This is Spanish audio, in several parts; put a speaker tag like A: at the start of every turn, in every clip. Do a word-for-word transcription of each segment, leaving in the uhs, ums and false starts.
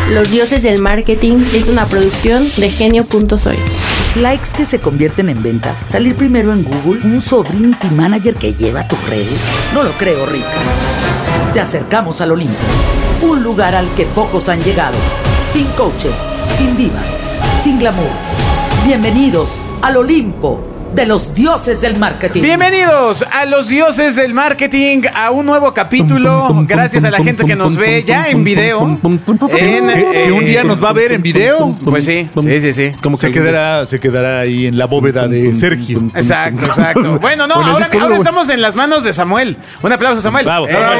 A: Los Dioses del Marketing es una producción de genio punto soy.
B: Likes que se convierten en ventas. Salir primero en Google. Un sobrinity manager que lleva tus redes. No lo creo, Rick. Te acercamos al Olimpo. Un lugar al que pocos han llegado. Sin coaches, sin divas, sin glamour. Bienvenidos al Olimpo de los Dioses del Marketing.
C: Bienvenidos a los Dioses del Marketing, a un nuevo capítulo. Gracias a la gente que nos ve ya en video. En,
D: eh, ¿Que un día nos va a ver en video?
C: Pues sí, sí, sí, sí.
D: Como se quedará, se quedará ahí en la bóveda de Sergio.
C: Exacto, exacto. Bueno, no, ahora, ahora estamos en las manos de Samuel. Un aplauso, Samuel.
D: Bravo,
C: Samuel.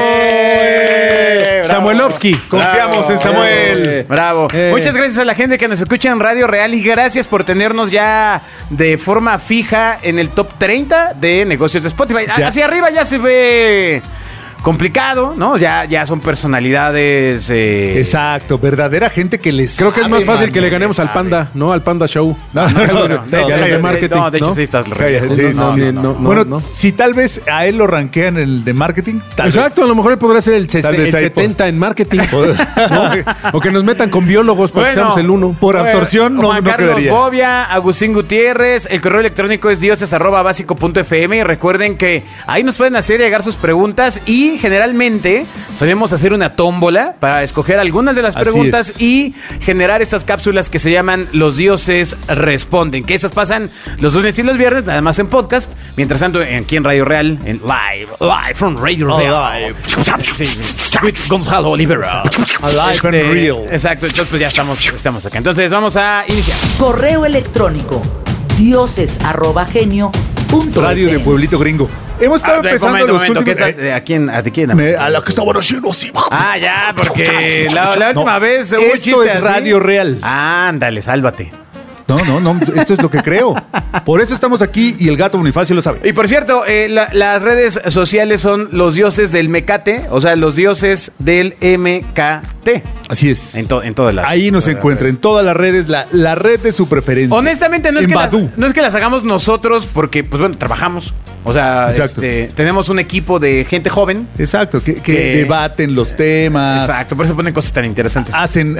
D: Eh, Samuelovsky. Confiamos en Samuel.
C: Eh, bravo. Eh. Muchas gracias a la gente que nos escucha en Radio Real y gracias por tenernos ya de forma fija en el top treinta de negocios de Spotify. Ya. Hacia arriba ya se ve complicado, ¿no? Ya, ya son personalidades. Eh...
D: Exacto, verdadera gente que les.
E: Creo que es más fácil que le ganemos al Panda, ¿no? Al Panda Show.
D: No, no, no, no,
C: de, de, de marketing. No, de hecho,
D: ¿no?
C: sí estás
D: sí, no, no, no, no, Bueno, no. si tal vez a él lo rankean en el de marketing, tal
E: Exacto,
D: vez.
E: a lo mejor él podría ser el, el, el setenta por... en marketing. ¿No? O que nos metan con biólogos para bueno, que seamos el uno.
D: Por absorción, no,
C: Juan
D: no
C: Carlos
D: quedaría.
C: Bobia, Agustín Gutiérrez, el correo electrónico es dioses arroba básico punto f m y recuerden que ahí nos pueden hacer llegar sus preguntas y generalmente solemos hacer una tómbola para escoger algunas de las preguntas y generar estas cápsulas que se llaman Los Dioses Responden, que esas pasan los lunes y los viernes, nada más en podcast. Mientras tanto, aquí en Radio Real, en live, live from Radio Real.
D: Oh, live.
C: With Gonzalo Olivera.
D: Live and real.
C: Exacto, entonces pues ya estamos, estamos acá. Entonces vamos a iniciar.
B: Correo electrónico dioses arroba genio punto
D: Radio de Pueblito Gringo. Hemos estado
C: ah,
D: empezando
C: momento,
D: los
C: momento,
D: últimos...
C: ¿qué ¿A quién? ¿A quién?
D: Me, a la que estaban haciendo así.
C: Ah, ya, porque la, la última
D: no,
C: vez hubo
D: esto
C: un chiste
D: es
C: así.
D: Radio Real.
C: Ah, ándale, sálvate.
D: No, no, no, esto es lo que creo. Por eso estamos aquí y el gato Bonifacio lo sabe.
C: Y por cierto, eh, la, las redes sociales son los dioses del Mecate, o sea, los dioses del M K T.
D: Así es.
C: En, to, en todas las
D: Ahí nos encuentra, en todas las redes, la, la red de su preferencia.
C: Honestamente, no es, que las, no es que las hagamos nosotros porque, pues bueno, trabajamos. O sea, este, tenemos un equipo de gente joven.
D: Exacto, que, que, que debaten los temas.
C: Exacto, por eso ponen cosas tan interesantes.
D: Hacen,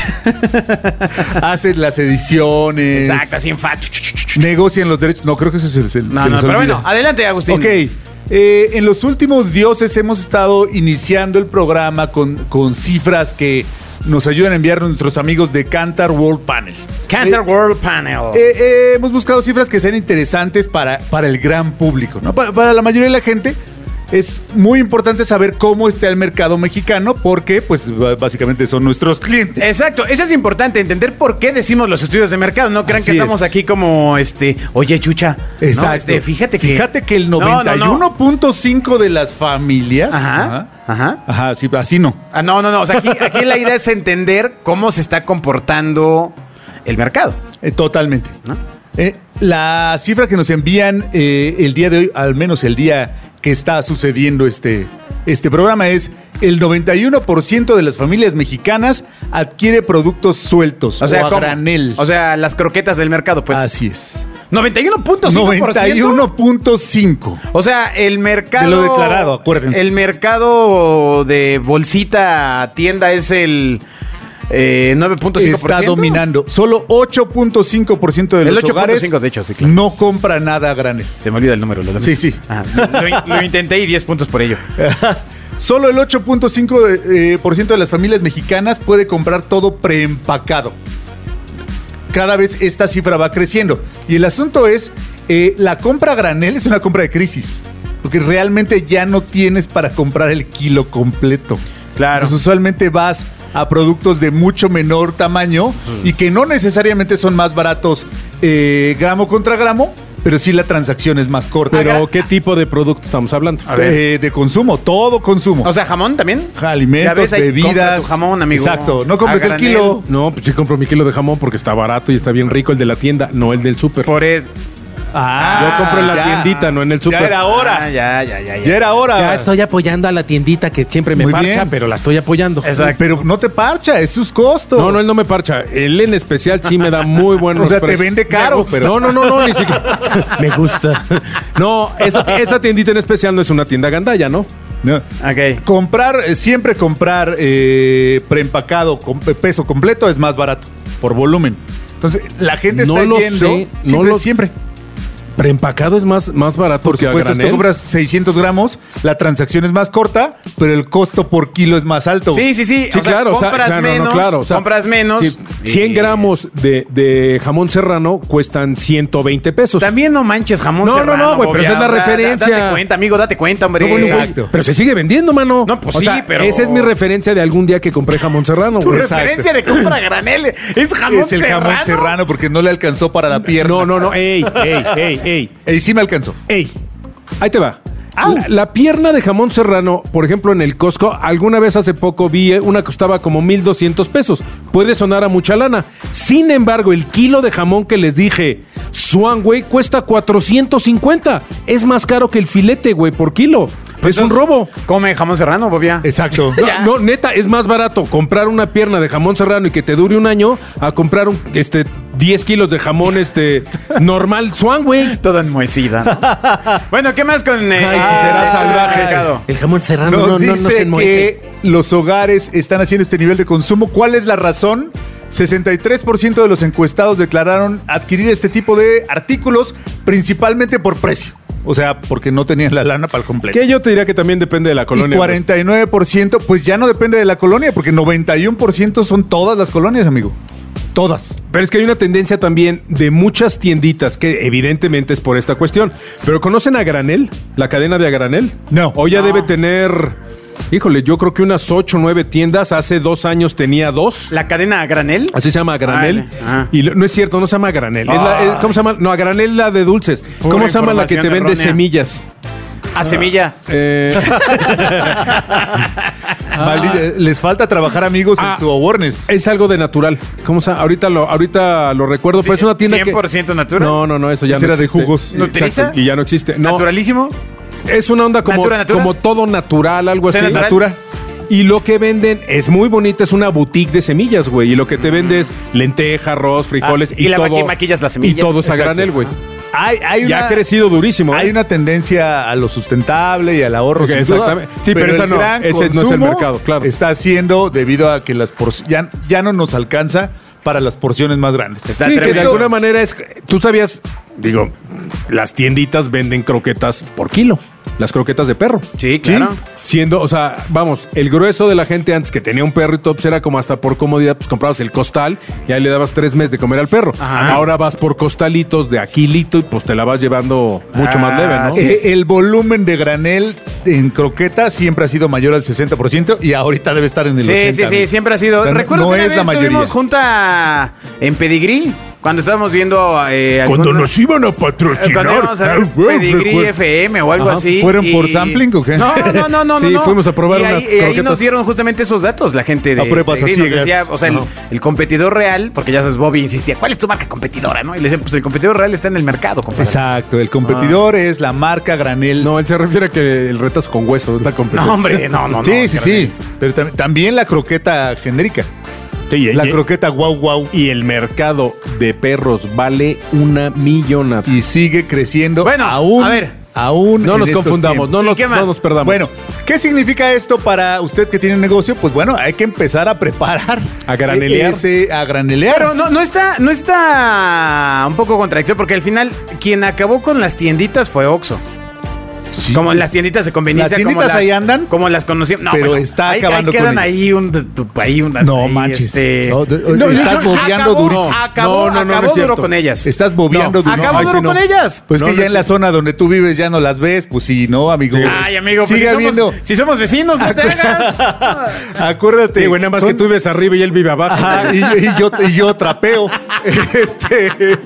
D: hacen las ediciones.
C: Exacto, así en fat.
D: Negocian los derechos. No, creo que eso se, se,
C: no,
D: se
C: no,
D: les
C: pero
D: olvida.
C: bueno, adelante, Agustín.
D: Ok. Eh, en los últimos dioses hemos estado iniciando el programa con, con cifras que nos ayudan a enviar nuestros amigos de Kantar World Panel.
C: Kantar eh, World Panel.
D: Eh, eh, hemos buscado cifras que sean interesantes para, para el gran público, ¿no? Para, para la mayoría de la gente es muy importante saber cómo está el mercado mexicano porque, pues, básicamente son nuestros clientes.
C: Exacto, eso es importante, entender por qué decimos los estudios de mercado. No crean
D: Así
C: que estamos
D: es.
C: aquí como, este, oye, chucha.
D: Exacto.
C: No, este, fíjate que...
D: Fíjate que el noventa y uno punto cinco no, no, no. de las familias...
C: Ajá, ajá.
D: Ajá, ajá sí, así no.
C: Ah, no, no, no. O sea, aquí, aquí la idea es entender cómo se está comportando el mercado.
D: Eh, totalmente.
C: ¿No?
D: Eh, la cifra que nos envían eh, el día de hoy, al menos el día que está sucediendo este, este programa, es el noventa y uno por ciento de las familias mexicanas adquiere productos sueltos o, sea, o a ¿cómo? Granel.
C: O sea, las croquetas del mercado, pues.
D: Así es.
C: noventa y uno punto cinco por ciento.
D: noventa y uno punto cinco.
C: O sea, el mercado...
D: De lo declarado, acuérdense.
C: El mercado de bolsita a tienda es el... Eh, nueve punto cinco por ciento.
D: Está dominando. Solo ocho punto cinco por ciento de
C: el
D: los hogares
C: de hecho, sí, claro.
D: no compra nada a granel.
C: Se me olvida el número. Lo
D: sí, sí.
C: Ajá. Lo, lo intenté y diez puntos por ello.
D: Solo el ocho punto cinco por ciento eh, por ciento de las familias mexicanas puede comprar todo preempacado. Cada vez esta cifra va creciendo. Y el asunto es, eh, la compra a granel es una compra de crisis. Porque realmente ya no tienes para comprar el kilo completo.
C: Claro.
D: Pues usualmente vas a productos de mucho menor tamaño sí. y que no necesariamente son más baratos eh, gramo contra gramo, pero sí la transacción es más corta.
E: Pero ¿qué tipo de producto estamos hablando?
D: A ver. De, de consumo, todo consumo.
C: O sea, jamón también.
D: Alimentos,
C: ves, ahí,
D: bebidas.
C: Compra tu jamón, amigo.
D: Exacto, no compres el kilo.
E: No, pues sí compro mi kilo de jamón porque está barato y está bien rico el de la tienda, no el del súper.
C: Por eso.
E: Ah, yo compro en la ya, tiendita, no en el súper.
D: Ya era hora.
C: Ah, ya, ya, ya, ya.
D: Ya era hora.
E: Ya estoy apoyando a la tiendita que siempre me
D: Muy
E: parcha,
D: bien.
E: pero la estoy apoyando.
D: Exacto. Pero no te parcha, es sus costos.
E: No, no, él no me parcha. Él en especial sí me da muy buenos
D: O sea,
E: precios.
D: te vende caro, pero...
E: No, no, no, no, ni siquiera. Me gusta. No, esa, esa tiendita en especial no es una tienda gandalla, ¿no?
D: No.
C: Ok.
D: Comprar, eh, siempre comprar eh, preempacado con peso completo es más barato por volumen. Entonces, la gente
E: No
D: está
E: lo
D: yendo
E: sé, no
D: siempre,
E: lo-
D: siempre.
E: Preempacado es más, más barato
D: Por
E: que a
D: supuesto, tú
E: granel.
D: compras seiscientos gramos, la transacción es más corta, pero el costo por kilo es más alto.
C: Sí, sí, sí.
E: Sí,
C: o sea,
E: claro, o sea,
C: compras
E: claro, no,
C: menos,
E: claro, o sea,
C: compras menos.
E: Sí, cien
C: y-
E: gramos de, de jamón serrano cuestan ciento veinte pesos.
C: También no manches jamón
E: No, no,
C: serrano,
E: no, güey, pero esa es la
C: Bobia. O sea,
E: referencia.
C: Date cuenta, amigo, date cuenta, hombre.
E: No, bueno, güey,
D: Exacto.
E: pero se sigue vendiendo, mano.
C: No, pues
E: O
C: sí,
E: sea,
C: pero-
E: esa es mi referencia de algún día que compré jamón serrano,
C: Tu
E: güey.
D: Exacto.
C: referencia de compra a granel es jamón
D: es el
C: serrano.
D: jamón serrano porque no le alcanzó para la pierna.
E: No, no, no, ey, ey, ey, ey,
D: Y sí me alcanzó.
E: ey. Ahí te va. La, la pierna de jamón serrano, por ejemplo, en el Costco, alguna vez hace poco vi una que costaba como mil doscientos pesos. Puede sonar a mucha lana. Sin embargo, el kilo de jamón que les dije, Swan, güey, cuesta cuatrocientos cincuenta. Es más caro que el filete, güey, por kilo. Es un robo.
C: Come jamón serrano, Bobia.
D: Exacto.
E: No, no, neta, es más barato comprar una pierna de jamón serrano y que te dure un año a comprar un, este, diez kilos de jamón este, normal Swan, güey.
C: Toda enmohecida. Bueno, ¿qué más con eh,
E: Ay, si
C: ah,
E: será
C: este
E: salvaje.
C: mercado?
E: El jamón serrano
D: Nos
E: no, no, no
D: dice
E: se enmohece.
D: que los hogares están haciendo este nivel de consumo. ¿Cuál es la razón? sesenta y tres por ciento de los encuestados declararon adquirir este tipo de artículos principalmente por precio. O sea, porque no tenían la lana para el completo.
E: Que yo te diría que también depende de la colonia.
D: Y cuarenta y nueve por ciento, pues ya no depende de la colonia, porque noventa y uno por ciento son todas las colonias, amigo. Todas.
E: Pero es que hay una tendencia también de muchas tienditas, que evidentemente es por esta cuestión. Pero ¿conocen a Granel? ¿La cadena de a Granel?
D: No.
E: O ya
C: No.
E: debe tener... Híjole, yo creo que unas ocho o nueve tiendas. Hace dos años tenía dos.
C: ¿La cadena a granel?
E: Así se llama a Granel.
C: Ah.
E: Y lo- no es cierto, no se llama a Granel. Es la- es- ¿Cómo se llama? No, a Granel la de dulces.
C: Pura
E: ¿Cómo se llama la que te
C: información
E: vende
C: errónea.
E: semillas?
C: A semilla.
E: Eh,
D: Maldita- les falta trabajar, amigos,
E: Ah.
D: en su awareness.
E: es algo de natural. ¿Cómo se llama? Ahorita lo, ahorita lo recuerdo, pero es una tienda
C: cien por ciento
E: que...
C: natural.
E: No, no, no, eso ya
D: Ese
E: no
D: era de
E: existe.
D: jugos.
C: ¿Nutriza?
E: Exacto, y ya no existe. No,
C: ¿Naturalísimo?
E: es una onda como,
C: ¿Natura, natura?
E: como todo natural, algo
C: ¿Sea
E: así.
C: natural?
D: Natura.
E: Y lo que venden es muy bonita, es una boutique de semillas, güey. Y lo que te vende es lenteja, arroz, frijoles
C: Ah,
E: y,
C: y la
E: todo.
C: maqui- maquillas las semillas.
E: Y todo es a
D: Exacto.
E: granel, güey.
D: Hay, hay
E: Ya
D: una,
E: ha crecido durísimo. ¿eh?
D: Hay una tendencia a lo sustentable y al ahorro.
E: Ok,
D: sin duda,
E: exactamente. Sí, pero esa
D: el
E: no,
D: gran
E: ese no es el
D: consumo
E: mercado, claro.
D: Está haciendo debido a que las porciones ya, ya no nos alcanza para las porciones más grandes.
C: Está
E: Sí, que de
C: tremendo.
E: alguna manera es... Tú sabías, digo, las tienditas venden croquetas por kilo. Las croquetas de perro.
C: Sí, claro.
E: Siendo, o sea, vamos, el grueso de la gente antes que tenía un perro y todo, pues era como hasta por comodidad, pues comprabas el costal y ahí le dabas tres meses de comer al perro.
C: Ajá.
E: Ahora vas por costalitos de a kilito y pues te la vas llevando mucho más leve, ¿no?
C: Así
D: Eh,
C: es.
D: el volumen de granel en croqueta siempre ha sido mayor al sesenta por ciento y ahorita debe estar en el
C: Sí,
D: ochenta por
C: sí,
D: ciento.
C: sí, siempre ha sido.
D: O sea, no-
C: Recuerdo
D: no
C: que una
D: es
C: vez
D: la mayoría.
C: estuvimos junta en Pedigrí, cuando estábamos viendo... Eh,
E: Cuando
C: algunos-
E: nos iban a
C: eh,
E: patrocinar.
C: Cuando íbamos a ver
E: Ah, güey,
C: Pedigrí
E: recuerdo.
C: F M o algo
E: Ajá.
C: así.
D: ¿Fueron por
C: y-
D: sampling o qué?
C: No, no, no, no.
E: Sí,
C: no.
E: fuimos a probar
C: y ahí,
E: unas
C: y ahí
E: croquetas.
C: nos dieron justamente esos datos, la gente de
D: A pruebas a
C: Pedigrí. Nos
D: ciegas.
C: decía, o sea, el,
E: Ajá.
C: el competidor real, porque ya sabes, Bobby insistía, ¿cuál es tu marca competidora? ¿No? Y le decían, pues el competidor real está en el mercado, compadre.
D: Exacto, el competidor es la marca granel.
E: No, él se refiere a que el retas con hueso es la competencia.
C: No, hombre, no, no, no.
D: sí, sí,
C: granel.
D: sí. Pero tam- también la croqueta genérica.
E: Sí, y-
D: La
E: y-
D: croqueta guau guau.
E: Y el mercado de perros vale una millonada.
D: Y sigue creciendo.
C: Bueno,
D: aún,
C: a ver.
D: Aún
E: No
D: en
E: nos
D: estos
E: confundamos, no
C: ¿Y
E: nos,
C: qué más?
E: no nos perdamos.
D: Bueno, ¿qué significa esto para usted que tiene un negocio? Pues bueno, hay que empezar a preparar.
E: A granelear.
D: Ese, a granelear.
C: Pero no, no está, no está un poco contradictorio, porque al final quien acabó con las tienditas fue Oxxo.
D: Sí.
C: Como las tienditas de conveniencia.
D: Las tienditas
C: como las,
D: ahí andan,
C: Como las conocíamos. No,
D: pero
C: bueno,
D: está
C: ahí,
D: acabando
C: ahí
D: con
C: quedan
D: ellas.
C: ahí, un, ahí unas.
D: No
C: ahí,
D: manches.
C: este-
D: No, de- estás bobeando
C: acabó,
D: durísimo.
C: Acabó,
E: No, no, no, no
C: acabó
E: es
C: duro
E: cierto.
C: con ellas.
D: Estás bobeando
E: No,
D: durísimo.
C: Acabó
E: Ay,
C: duro
E: sí, no.
C: con ellas.
D: Pues
E: No,
D: que
E: no
D: ya
E: es
D: en la zona donde tú vives ya no las ves, pues sí, ¿no, amigo?
C: Ay, amigo, pues
D: Sigue
C: si somos,
D: habiendo.
C: si somos vecinos, no te hagas.
D: Acuérdate.
E: Sí, güey, nada más
D: son-
E: que tú vives arriba y él vive abajo.
D: Ajá, y, yo- y yo, y yo trapeo. Este,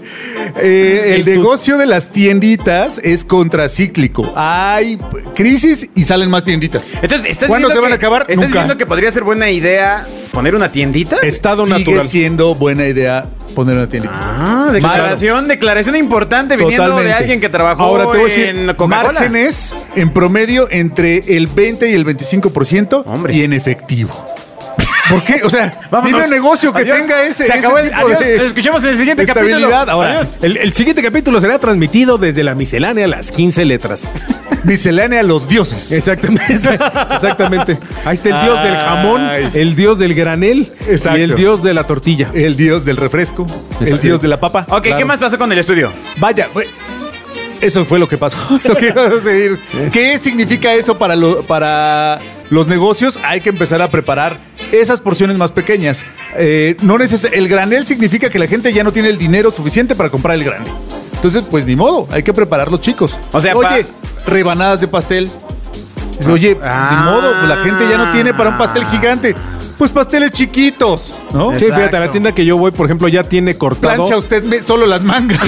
D: eh, el
E: Y tú-
D: negocio de las tienditas es contracíclico. Hay crisis y salen más tienditas.
C: Entonces, ¿estás
D: ¿Cuándo
C: diciendo
D: se van
C: que-
D: a acabar?
C: ¿Estás
D: Nunca.
C: diciendo que podría ser buena idea poner una tiendita?
E: Estado
D: Sigue
E: natural.
D: siendo buena idea poner una tiendita.
C: Ah, declaración, declaración importante viniendo de
D: Totalmente.
C: alguien que trabajó
E: Ahora te voy a decir,
C: en Coca-Cola.
D: Márgenes en promedio entre el veinte y el veinticinco por ciento
C: Hombre.
D: y en efectivo. ¿Por qué? O sea,
C: Vámonos.
D: dime un negocio que
C: Adiós.
D: tenga ese,
C: Se acabó
D: ese
C: el-
D: tipo
C: adiós.
D: de
C: Nos escuchamos en el siguiente
D: estabilidad.
C: capítulo.
D: Ahora,
C: Adiós.
E: El, el siguiente capítulo será transmitido desde la miscelánea a las quince letras.
D: miscelánea a los dioses.
E: Exactamente. Exactamente. Ahí está el dios del jamón,
D: Ay.
E: el dios del granel
D: Exacto.
E: y el dios de la tortilla.
D: El dios del refresco, el
E: Exacto.
D: dios de la papa.
C: Ok,
E: Claro.
C: ¿qué más pasó con el estudio?
D: Vaya, güey, eso fue lo que pasó. Lo que iba a decir. ¿Qué significa eso para, lo- para los negocios? Hay que empezar a preparar esas porciones más pequeñas. Eh, no neces- el granel significa que la gente ya no tiene el dinero suficiente para comprar el granel. Entonces, pues ni modo, hay que preparar los chicos.
C: O sea,
D: oye,
C: pa-
D: rebanadas de pastel. Dice, oye,
C: Ah.
D: ni modo, pues la gente ya no tiene para un pastel gigante. Pues pasteles chiquitos, ¿no?
E: Sí, fíjate, a
C: Exacto.
E: la tienda que yo voy, por ejemplo, ya tiene cortado.
D: Plancha usted me- solo las mangas.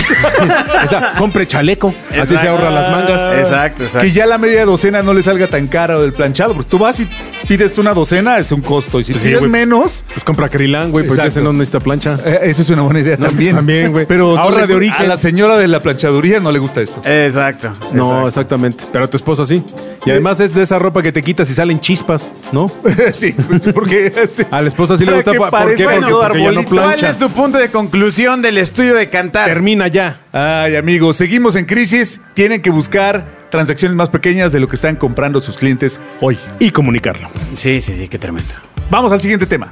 E: O sea, compre chaleco. Así
C: Exacto.
E: se ahorra las mangas.
C: Exacto, exacto.
D: Que ya la media docena no le salga tan caro el planchado. Porque tú vas y pides una docena, es un costo. Y si
E: Sí,
D: pides
E: güey.
D: menos,
E: Pues compra acrilán, güey, porque
D: Exacto.
E: ese no necesita plancha.
D: eh, esa es una buena idea
E: No,
D: también.
E: también, güey.
D: Pero no
E: Ahorra
D: le-
E: de origen.
D: A la señora de la planchaduría no le gusta esto.
C: Exacto.
E: No,
C: exacto.
E: exactamente. Pero a tu esposo sí. Y además es de esa ropa que te quitas y salen chispas, ¿no?
D: sí, porque sí.
E: A la esposa sí le
D: Para
E: gusta.
D: que
E: pa- ¿Por
D: parezca
E: qué? Porque,
D: yo
E: porque ya no
D: arbolito.
C: ¿Cuál
E: plancha.
C: es tu punto de conclusión del estudio de cantar?
E: Termina ya.
D: Ay, amigos, seguimos en crisis. Tienen que buscar transacciones más pequeñas de lo que están comprando sus clientes hoy.
E: Y comunicarlo.
C: Sí, sí, sí, qué tremendo.
D: Vamos al siguiente tema.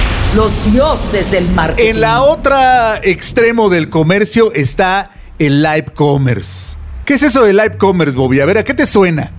B: Los dioses del marketing.
D: En la otra extremo del comercio está el live commerce. ¿Qué es eso de live commerce, Bobby? A ver, ¿a qué te suena?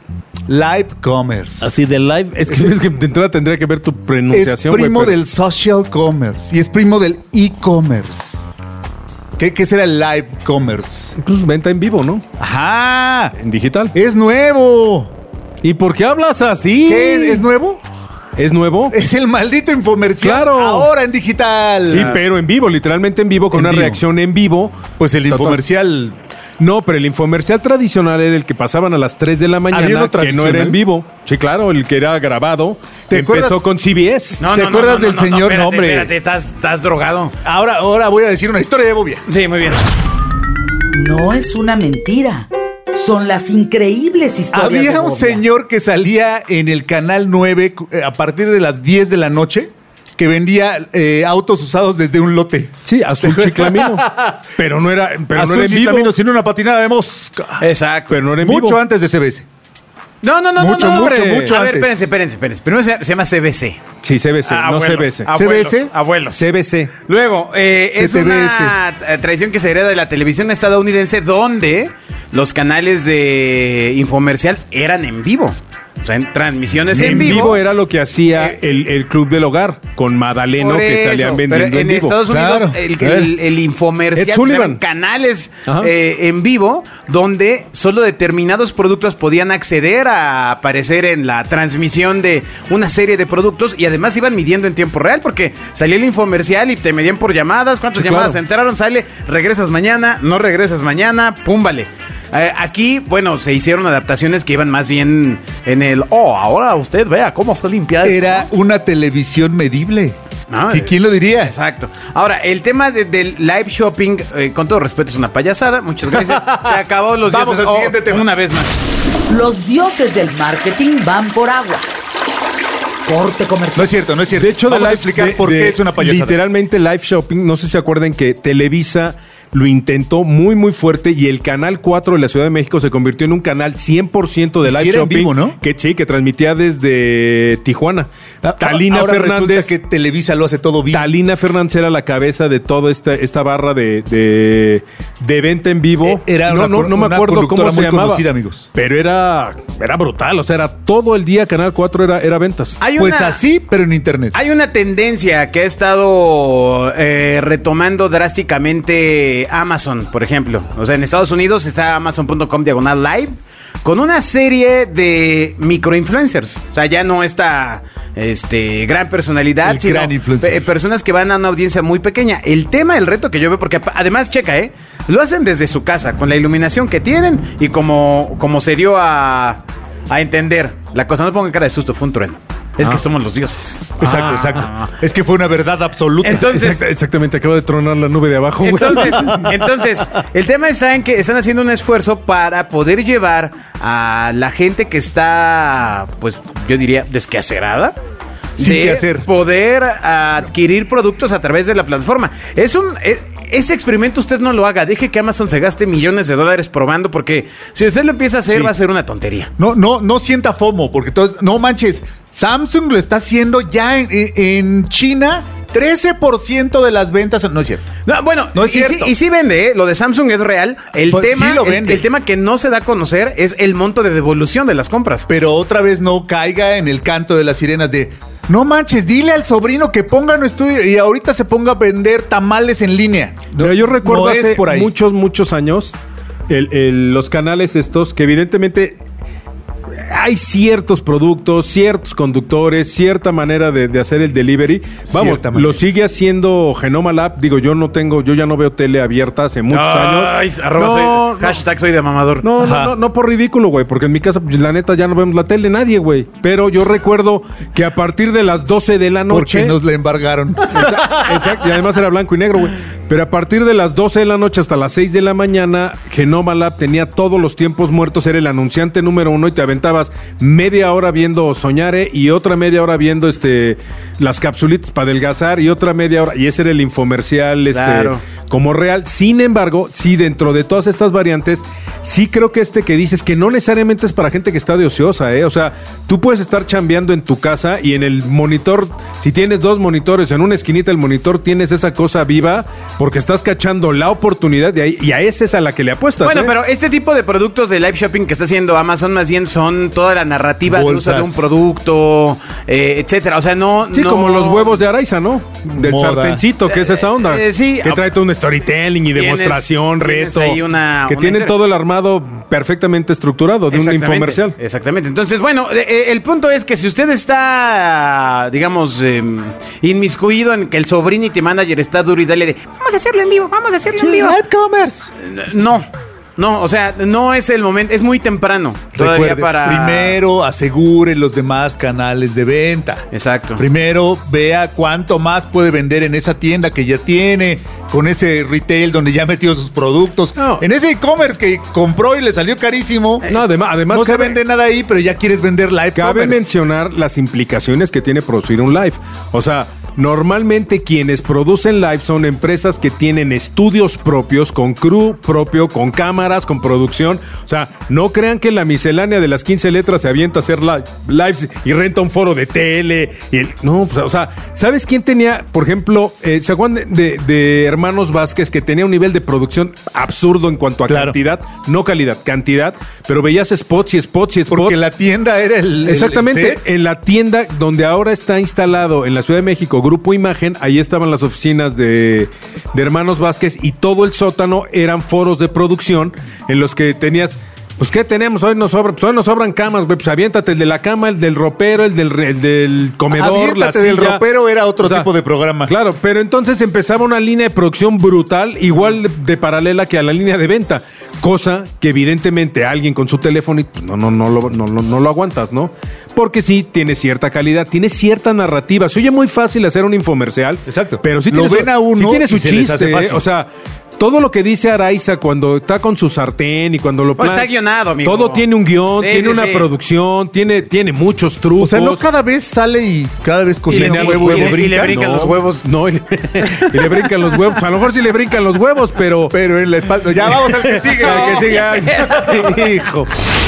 D: Live commerce.
E: Así de live. Es que, es que de entrada tendría que ver tu
D: Es
E: pronunciación. güey,
D: primo
E: pero-
D: del social commerce y es primo del e-commerce. ¿Qué, ¿Qué será el live commerce?
E: Pues venta en vivo, ¿no?
D: Ajá,
E: En digital.
D: es nuevo.
E: ¿Y por qué hablas así?
D: ¿Qué es, es nuevo?
E: ¿Es nuevo?
D: Es el maldito infomercial.
E: Claro.
D: Ahora en digital.
E: Sí, pero en vivo, literalmente en vivo, con
D: En
E: una
D: vivo.
E: reacción en vivo.
D: Pues el
E: Total.
D: infomercial.
E: No, pero el infomercial tradicional era el que pasaban a las tres de la mañana,
D: ¿Había uno
E: que no era
D: tradicional?
E: en vivo. Sí, claro, el que era grabado.
D: ¿Te
E: Empezó
D: acuerdas?
E: con C B S.
C: No,
D: ¿Te
C: no,
D: acuerdas
C: no, no,
D: del
C: no, no,
D: señor?
C: espérate,
D: No, hombre.
C: Espérate, estás, estás drogado.
D: Ahora, ahora voy a decir una historia de Bobia.
C: Sí, muy bien.
B: No es una mentira. Son las increíbles historias de
D: Había un
B: Bobia.
D: señor que salía en el canal nueve eh, a partir de las diez de la noche que vendía eh, autos usados desde un lote.
E: Sí, azul chiclamino. Pero no era, pero
D: Azul
E: no era en vivo.
D: chiclamino sin una patinada de mosca.
C: Exacto.
E: Pero no era en
D: Mucho
E: vivo.
D: antes de C B S.
C: No, no, no,
D: Mucho,
C: no, no,
D: mucho,
C: hombre.
D: mucho
C: A ver,
D: antes.
C: espérense, espérense, espérense. Primero se, se llama C B C.
E: Sí, C B C,
C: Ah,
E: no
C: abuelos,
E: C B C.
C: abuelos,
D: ¿C B S?
C: Abuelos.
E: C B C.
C: Luego, eh, es
D: C T B S.
C: una eh, tradición que se hereda de la televisión estadounidense donde los canales de infomercial eran en vivo. O sea, en transmisiones en,
E: En vivo era lo que hacía
C: Eh,
E: el, el Club del Hogar con Madaleno,
C: Por
E: que
C: eso,
E: salían
C: pero
E: vendiendo en,
C: en
E: vivo.
C: Estados Unidos
D: Claro.
C: el,
D: A ver.
C: el, el infomercial
E: Ed
C: pues,
E: Sullivan.
C: eran canales
E: Ajá.
C: eh, en vivo donde solo determinados productos podían acceder a aparecer en la transmisión de una serie de productos y además iban midiendo en tiempo real porque salía el infomercial y te medían por llamadas, cuántas
E: Sí,
C: llamadas
E: claro.
C: se enteraron, sale, regresas mañana, no regresas mañana, pum, vale. Eh, aquí, bueno, se hicieron adaptaciones que iban más bien en el, oh, ahora usted vea cómo se limpia esto".
D: Era una televisión medible.
C: No,
D: ¿Y quién lo diría?
C: Exacto. Ahora, el tema de- del live shopping, eh, con todo respeto, es una payasada. Muchas gracias. Se acabó los
D: Vamos
C: dioses.
D: al siguiente tema.
C: Una vez más.
B: Los dioses del marketing van por agua. Corte
D: No
B: comercial.
D: es cierto, no es cierto.
E: De hecho,
D: Vamos
E: de
D: a
E: live-
D: explicar
E: de-
D: por
E: de-
D: qué es una payasada.
E: Literalmente live shopping, no sé si se acuerdan que Televisa lo intentó muy muy fuerte y el canal cuatro de la Ciudad de México se convirtió en un canal cien por ciento de
D: Y sí
E: live
D: era en
E: shopping,
D: vivo, ¿no?
E: que sí, que transmitía desde Tijuana.
D: Ah,
E: Talina
D: ahora
E: Fernández
D: resulta que Televisa lo hace todo bien.
E: Talina Fernández era la cabeza de toda esta, esta barra de, de, de venta en vivo.
D: Eh, era
E: no,
D: una
E: no,
D: co-
E: no me
D: una
E: acuerdo cómo
D: conductora
E: se
D: muy
E: llamaba.
D: conocida, amigos.
E: Pero era, era brutal, o sea, era todo el día Canal cuatro era, era ventas.
C: Hay
D: Pues
C: una,
D: así, pero en internet.
C: Hay una tendencia que ha estado eh, retomando drásticamente Amazon, por ejemplo. O sea, en Estados Unidos está amazon punto com diagonal live con una serie de microinfluencers. O sea, ya no esta este, gran personalidad,
D: El
C: sino
D: gran influencer.
C: pe- personas que van a una audiencia muy pequeña. El tema, el reto que yo veo, porque ap- además, checa, ¿eh? Lo hacen desde su casa, con la iluminación que tienen y como, como se dio a, a entender. La cosa, no pongan cara de susto, fue un trueno. Es
D: Ah.
C: que somos los dioses.
D: Exacto,
C: Ah.
D: exacto. Es que fue una verdad absoluta.
C: Entonces-
E: Exact- exactamente, acabo de tronar la nube de abajo. güey.
C: Entonces, entonces, el tema está en que están haciendo un esfuerzo para poder llevar a la gente que está, pues, yo diría, desquacerada,
D: sin
C: de
D: qué hacer.
C: poder adquirir productos a través de la plataforma. Es un... Es, ese experimento usted no lo haga. Deje que Amazon se gaste millones de dólares probando, porque si usted lo empieza a hacer,
D: Sí.
C: va a ser una tontería.
D: No, no, no sienta FOMO, porque todos, no manches, Samsung lo está haciendo ya en, en China, trece por ciento de las ventas, no es cierto.
C: No, bueno,
D: No es
C: y,
D: cierto.
C: sí, y sí vende, ¿eh? Lo de Samsung es real. El
D: Pues
C: tema,
D: sí lo
C: el-
D: vende.
C: El, tema que no se da a conocer es el monto de devolución de las compras.
D: Pero otra vez no caiga en el canto de las sirenas de, no manches, dile al sobrino que ponga un estudio y ahorita se ponga a vender tamales en línea.
E: Mira, yo recuerdo
D: no es
E: hace
D: por ahí.
E: muchos, muchos años el- el- los canales estos que evidentemente hay ciertos productos, ciertos conductores, cierta manera de, de hacer el delivery. Vamos,
D: Cierta manera.
E: lo sigue haciendo Genoma Lab. Digo, yo no tengo, yo ya no veo tele abierta hace muchos
C: Ay,
E: años.
C: arroba
E: No,
C: soy-
E: no.
C: hashtag soy de mamador.
E: No, no,
D: Ajá.
E: no, no por ridículo, güey, porque en mi casa, pues, la neta, ya no vemos la tele nadie, güey. Pero yo recuerdo que a partir de las doce de la noche...
D: Porque nos la embargaron.
E: Exa- Exacto, y además era blanco y negro, güey. Pero a partir de las doce de la noche hasta las seis de la mañana, Genoma Lab tenía todos los tiempos muertos, era el anunciante número uno y te aventabas media hora viendo Soñare y otra media hora viendo este las capsulitas para adelgazar y otra media hora, y ese era el infomercial este,
C: Claro.
E: como real. Sin embargo, sí, dentro de todas estas variantes, sí creo que este que dices que no necesariamente es para gente que está de ociosa, ¿eh? O sea, tú puedes estar chambeando en tu casa y en el monitor, si tienes dos monitores, en una esquinita del monitor tienes esa cosa viva porque estás cachando la oportunidad de ahí y a esa es a la que le apuestas.
C: Bueno,
E: ¿eh?
C: pero este tipo de productos de live shopping que está haciendo Amazon más bien son toda la narrativa de uso de un
D: Bolsas.
C: producto, eh, etcétera. O sea, no...
E: Sí,
C: no-
E: como los huevos de Araiza, ¿no? Del
D: Moda.
E: sartencito, que es esa onda.
C: Eh, eh, sí.
E: Que trae todo un storytelling y
C: Tienes-
E: demostración,
C: tienes
E: reto.
C: ahí una-
E: que
C: una
E: tienen
C: historia.
E: todo el armado perfectamente estructurado de un
C: Exactamente,
E: infomercial.
C: Exactamente. Entonces, bueno, eh, eh, el punto es que si usted está, digamos, eh, inmiscuido en que el sobrinity manager está duro y dale de,
A: Vamos a hacerlo en vivo, vamos a hacerlo en vivo.
D: Live commerce.
C: no, no, o sea, no es el momento, es muy temprano todavía
D: Recuerde,
C: para...
D: primero asegure los demás canales de venta.
C: Exacto.
D: Primero vea cuánto más puede vender en esa tienda que ya tiene, con ese retail donde ya metió sus productos.
E: No.
D: En ese e-commerce que compró y le salió carísimo.
E: No, además, además
D: no se
E: cabe-
D: vende nada ahí, pero ya quieres vender live
E: Cabe
D: commerce.
E: mencionar las implicaciones que tiene producir un live. O sea, normalmente quienes producen live son empresas que tienen estudios propios, con crew propio, con cámaras, con producción. O sea, no crean que la miscelánea de las quince letras se avienta a hacer live, lives y renta un foro de tele. Y el- no, pues, o sea, ¿sabes quién tenía, por ejemplo, eh, se acuerdan de, de Hermanos Vázquez, que tenía un nivel de producción absurdo en cuanto a
D: Claro.
E: cantidad, no calidad, cantidad, pero veías spots y spots y spots.
D: Porque la tienda era el. el
E: Exactamente,
D: set.
E: en la tienda donde ahora está instalado en la Ciudad de México Grupo Imagen, ahí estaban las oficinas de, de Hermanos Vázquez y todo el sótano eran foros de producción en los que tenías, pues ¿qué tenemos? Hoy nos sobra, pues hoy nos sobran camas, güey, pues aviéntate el de la cama, el del ropero, el del, el del comedor, la
D: Aviéntate
E: silla.
D: del ropero era otro tipo de programa.
E: Claro, pero entonces empezaba una línea de producción brutal, igual de, de paralela que a la línea de venta, cosa que evidentemente alguien con su teléfono y, pues, no, no, no, lo, no, no, no lo aguantas, ¿no? Porque sí tiene cierta calidad, tiene cierta narrativa. Se oye muy fácil hacer un infomercial.
D: Exacto.
E: Pero sí
D: Lo
E: tiene su,
D: ven a uno
E: sí tiene
D: y
E: su
D: se les
E: chiste,
D: hace fácil.
E: ¿eh? O sea, todo lo que dice Araiza cuando está con su sartén y cuando lo
C: Pues
E: plan-
C: está guionado, amigo.
E: Todo tiene un guión,
C: Sí,
E: tiene
C: sí,
E: una
C: sí.
E: producción, tiene, tiene muchos trucos.
D: O sea, no cada vez sale y cada vez cocina
E: le
D: un
E: dan
D: huevo y,
E: los
D: le
C: y le
D: brinca.
C: brincan
E: No,
C: los huevos.
E: No, y le, y le brincan los huevos. A lo mejor sí le brincan los huevos, pero...
D: Pero en la espalda. Ya vamos al que sigue.
E: Al que siga. Hijo.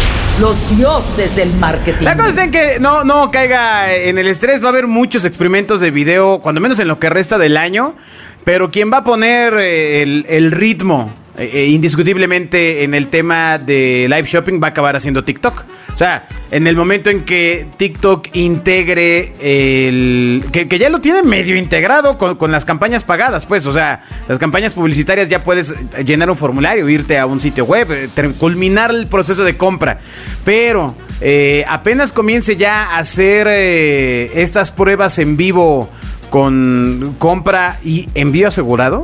B: Los dioses del marketing.
C: La cosa es en que no, no caiga en el estrés. Va a haber muchos experimentos de video, cuando menos en lo que resta del año. Pero quien va a poner eh, el, el ritmo eh, eh, indiscutiblemente en el tema de live shopping va a acabar haciendo TikTok. O sea, en el momento en que TikTok integre el... Que, que ya lo tiene medio integrado con, con las campañas pagadas, pues. O sea, las campañas publicitarias ya puedes llenar un formulario, irte a un sitio web, eh, ter- culminar el proceso de compra. Pero eh, apenas comience ya a hacer eh, estas pruebas en vivo con compra y envío asegurado,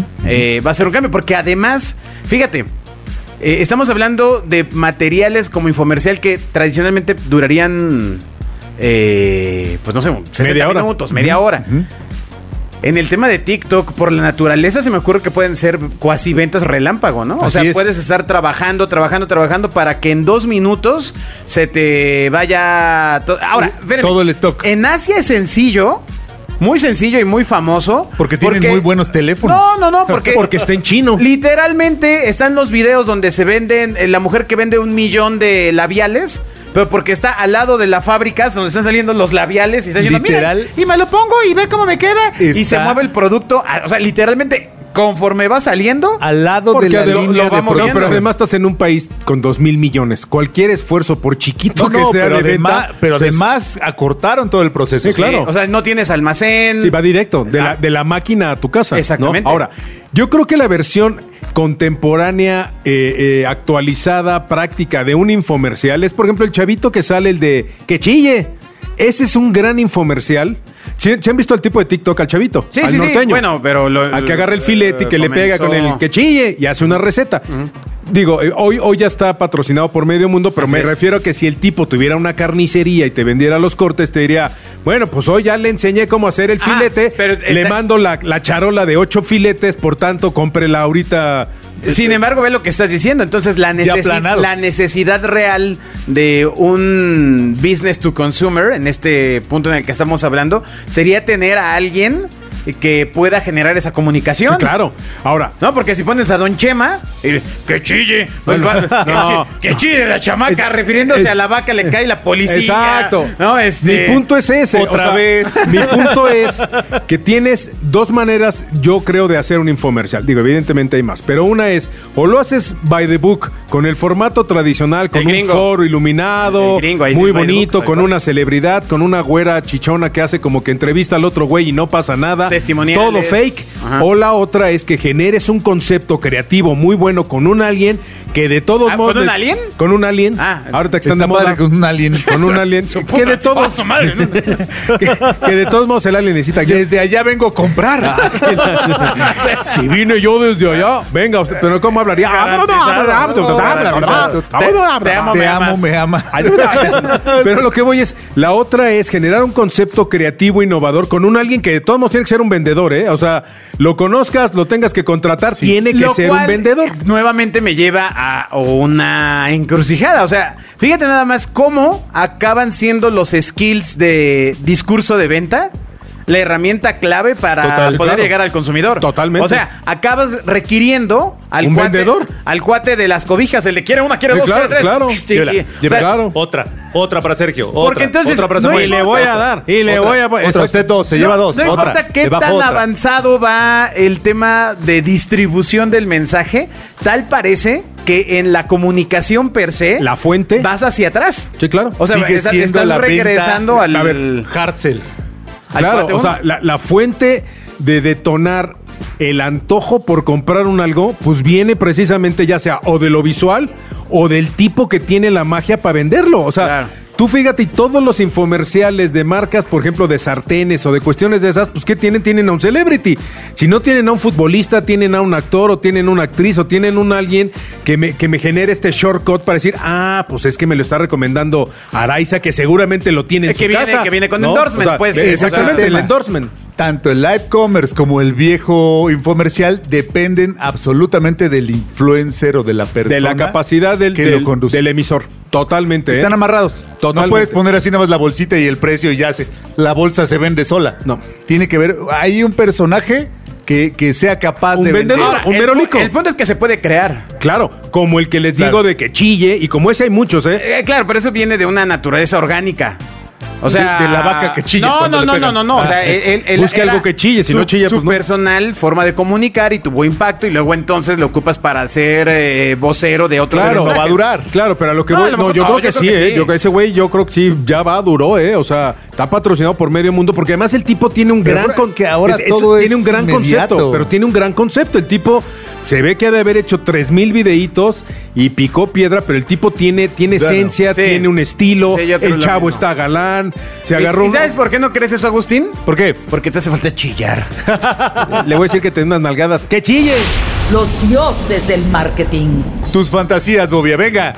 C: eh, va a ser un cambio. Porque además, fíjate, eh, estamos hablando de materiales como infomercial que tradicionalmente durarían, eh, pues no sé, sesenta
E: Media hora.
C: minutos, media hora. en el tema de TikTok, por la naturaleza, se me ocurre que pueden ser cuasi ventas relámpago, ¿no? O
D: Así
C: sea,
D: es.
C: puedes estar trabajando, trabajando, trabajando para que en dos minutos se te vaya... to- Ahora, espérenme.
D: Todo el stock.
C: En Asia es sencillo, muy sencillo y muy famoso.
D: Porque tienen muy buenos teléfonos.
C: No, no, no, porque...
E: Porque está en chino.
C: Literalmente están los videos donde se venden, eh, la mujer que vende un millón de labiales, pero porque está al lado de la fábrica donde están saliendo los labiales y está diciendo,
D: Literal.
C: "Mira, y me lo pongo y ve cómo me queda." Y se
D: Está-
C: mueve el producto, ah, o sea, literalmente conforme va saliendo,
D: Al lado
E: Porque
D: de la
E: de- lo-
D: línea
C: lo
D: de
C: vamos
E: No,
C: viendo.
E: pero además estás en un país con dos mil millones. Cualquier esfuerzo, por chiquito
D: No,
E: que
D: no,
E: sea
D: pero,
E: de venta,
D: además, pero
E: pues,
D: además acortaron todo el proceso.
E: Sí, claro.
C: o sea, no tienes almacén.
E: sí, va directo, de,
C: Ah.
E: la, de la máquina a tu casa. ¿no?
C: Exactamente.
E: Ahora, yo creo que la versión contemporánea, eh, eh, actualizada, práctica de un infomercial es, por ejemplo, el chavito que sale, el de que chille. Ese es un gran infomercial. ¿Sí, sí han visto al tipo de TikTok, al chavito?
C: Sí,
E: al
C: sí, sí.
E: norteño.
C: Bueno, pero lo-
E: al que agarra el filete y que le pega con
C: comenzó-
E: el que chille y hace una receta. Digo, eh, hoy, hoy ya está patrocinado por medio mundo, pero
C: Así
E: me
C: es.
E: refiero a que si el tipo tuviera una carnicería y te vendiera los cortes, te diría, bueno, pues hoy ya le enseñé cómo hacer el
C: Ah,
E: filete,
C: pero
E: le
C: está-
E: mando la, la charola de ocho filetes, por tanto, cómprela ahorita.
C: Sin embargo, ve lo que estás diciendo. Entonces, la, necesi-
D: aplanados.
C: la necesidad real de un business to consumer, en este punto en el que estamos hablando, sería tener a alguien que pueda generar esa comunicación.
E: Sí, claro. Ahora,
C: No, porque si pones a Don Chema, y, que chille, pues,
E: Bueno,
C: va- que,
E: no.
C: chi- que chille la chamaca,
E: Es-
C: refiriéndose
E: es-
C: a la vaca, le cae la policía.
E: exacto.
C: No, este,
E: Mi punto es ese.
D: Otra vez.
E: Mi punto es que tienes dos maneras, yo creo, de hacer un infomercial. Digo, evidentemente hay más. Pero una es, o lo haces by the book, con el formato tradicional, con
C: El
E: un
C: gringo.
E: foro iluminado,
C: El gringo, ahí sí
E: muy
C: es by the
E: bonito,
C: book,
E: con
C: tal cual.
E: una celebridad, con una güera chichona que hace como que entrevista al otro güey y no pasa nada.
C: Testimoniales.
E: Todo fake.
C: Ajá.
E: O la otra es que generes un concepto creativo muy bueno con un alien que de todos
C: Ah,
E: modos...
C: ¿con un
E: de-
C: alien?
E: Con un alien.
C: Ah,
E: ahorita que están
D: Está
E: de moda.
D: padre con un alien.
E: Con un alien.
C: Su
E: que
C: puta-
E: de todos.
C: ¡Oh, su madre! ¿no?
E: que, que de todos modos el alien necesita guía.
D: Desde allá vengo a comprar.
E: Si vine yo desde allá, venga usted, pero ¿cómo hablaría?
C: Te amo,
D: Te
C: me
D: amo,
C: amas.
D: me ama.
E: Pero lo que voy es, la otra es generar un concepto creativo, innovador, con un alguien que de todos modos tiene que ser un vendedor, ¿eh? O sea, lo conozcas, lo tengas que contratar, tiene que
C: Lo
E: ser
C: cual
E: un vendedor.
C: Nuevamente me lleva a una encrucijada. O sea, fíjate nada más cómo acaban siendo los skills de discurso de venta la herramienta clave para
D: Total,
C: poder
E: claro.
C: llegar al consumidor.
E: Totalmente.
C: O sea, acabas requiriendo al
E: Un
C: cuate,
E: vendedor.
C: al cuate de las cobijas. El de quiere una, quiere
E: Sí,
C: dos,
E: claro,
C: quiere tres.
E: claro.
C: Sí,
D: Llévela,
C: y- o
D: llévela.
C: sea,
E: claro.
D: Otra, otra para Sergio.
C: Porque
D: Otra,
C: entonces
D: otra para
C: no
D: Samuel.
E: Y le voy a dar, y le
D: Otra,
E: voy a...
D: Otra,
E: exacto.
D: usted dos, se lleva dos.
C: No
D: otra.
C: importa qué
D: Debajo
C: tan
D: otra.
C: avanzado va el tema de distribución del mensaje, tal parece que en la comunicación per se
E: La fuente.
C: vas hacia atrás.
E: Sí, claro.
C: O sea,
D: Sigue
C: está-
D: siendo
C: estás
D: la
C: regresando
D: venta,
C: al,
E: a ver,
D: Hartzell.
C: al
E: Claro,
C: cuate
E: o
C: uno.
E: sea, la, la fuente de detonar el antojo por comprar un algo, pues viene precisamente ya sea o de lo visual o del tipo que tiene la magia para venderlo. O sea,
C: Claro.
E: tú fíjate, y todos los infomerciales de marcas, por ejemplo, de sartenes o de cuestiones de esas, pues ¿qué tienen? Tienen a un celebrity. Si no tienen a un futbolista, tienen a un actor o tienen una actriz o tienen un alguien que me, que me genere este shortcut para decir, ah, pues es que me lo está recomendando Araiza, que seguramente lo tiene en
C: Eh,
E: su
C: que viene-
E: casa.
C: que viene con
E: ¿no?
C: endorsement, pues.
E: ve- Exactamente,
D: Ese es el
E: el
D: tema.
E: endorsement.
D: Tanto el live commerce como el viejo infomercial dependen absolutamente del influencer o de la persona.
E: De la capacidad del,
D: que
E: del,
D: lo conduce.
E: del emisor. Totalmente. ¿eh?
D: Están amarrados.
E: Totalmente.
D: No puedes poner así nada más la bolsita y el precio y ya se. La bolsa se vende sola.
E: No.
D: Tiene que ver. Hay un personaje que, que sea capaz
E: Un
D: de
E: vendedor.
D: vender.
C: Ahora,
E: un
C: el,
E: merolico.
C: pu- el punto es que se puede crear.
E: Claro, como el que les
D: Claro.
E: digo de que chille, y como ese hay muchos, ¿eh?
C: Eh, claro, pero eso viene de una naturaleza orgánica. O sea,
D: De- de la vaca que chilla
C: No,
D: cuando
C: no,
D: le
C: no,
D: pegan.
C: no, no, no. O sea, él, él- él
E: Busque
C: era
E: algo que chille, si
C: su-
E: no chilla,
C: su
E: pues no.
C: personal forma de comunicar y tuvo impacto y luego entonces lo ocupas para ser eh, vocero de otro.
E: Claro.
D: No va a durar.
E: Claro, pero a lo que
C: No,
E: voy,
C: a lo
E: no,
C: mejor
E: yo
C: no,
E: creo
C: yo
E: que
C: creo
E: sí,
C: que
E: ¿eh?
C: sí.
E: Yo, ese güey, yo creo que sí, ya va, duró, ¿eh? O sea, está patrocinado por medio mundo, porque además el tipo tiene un
D: Pero
E: gran...
D: ahora que ahora
E: es-
D: todo
E: tiene
D: es
E: un gran
D: inmediato.
E: concepto, pero tiene un gran concepto. El tipo se ve que ha de haber hecho tres mil videitos y picó piedra, pero el tipo tiene, tiene
D: Claro.
E: esencia,
C: Sí.
E: tiene un estilo,
C: Sí, yo creo
E: el
C: lo
E: chavo
C: mismo.
E: está galán, se
C: ¿Y-
E: agarró
C: ¿Y
E: un-
C: sabes por qué no crees eso, Agustín?
D: ¿Por qué?
C: Porque te hace falta chillar.
E: Le voy a decir que te den unas nalgadas. ¡Que chille!
B: Los dioses del marketing.
D: Tus fantasías, Bobia. Venga.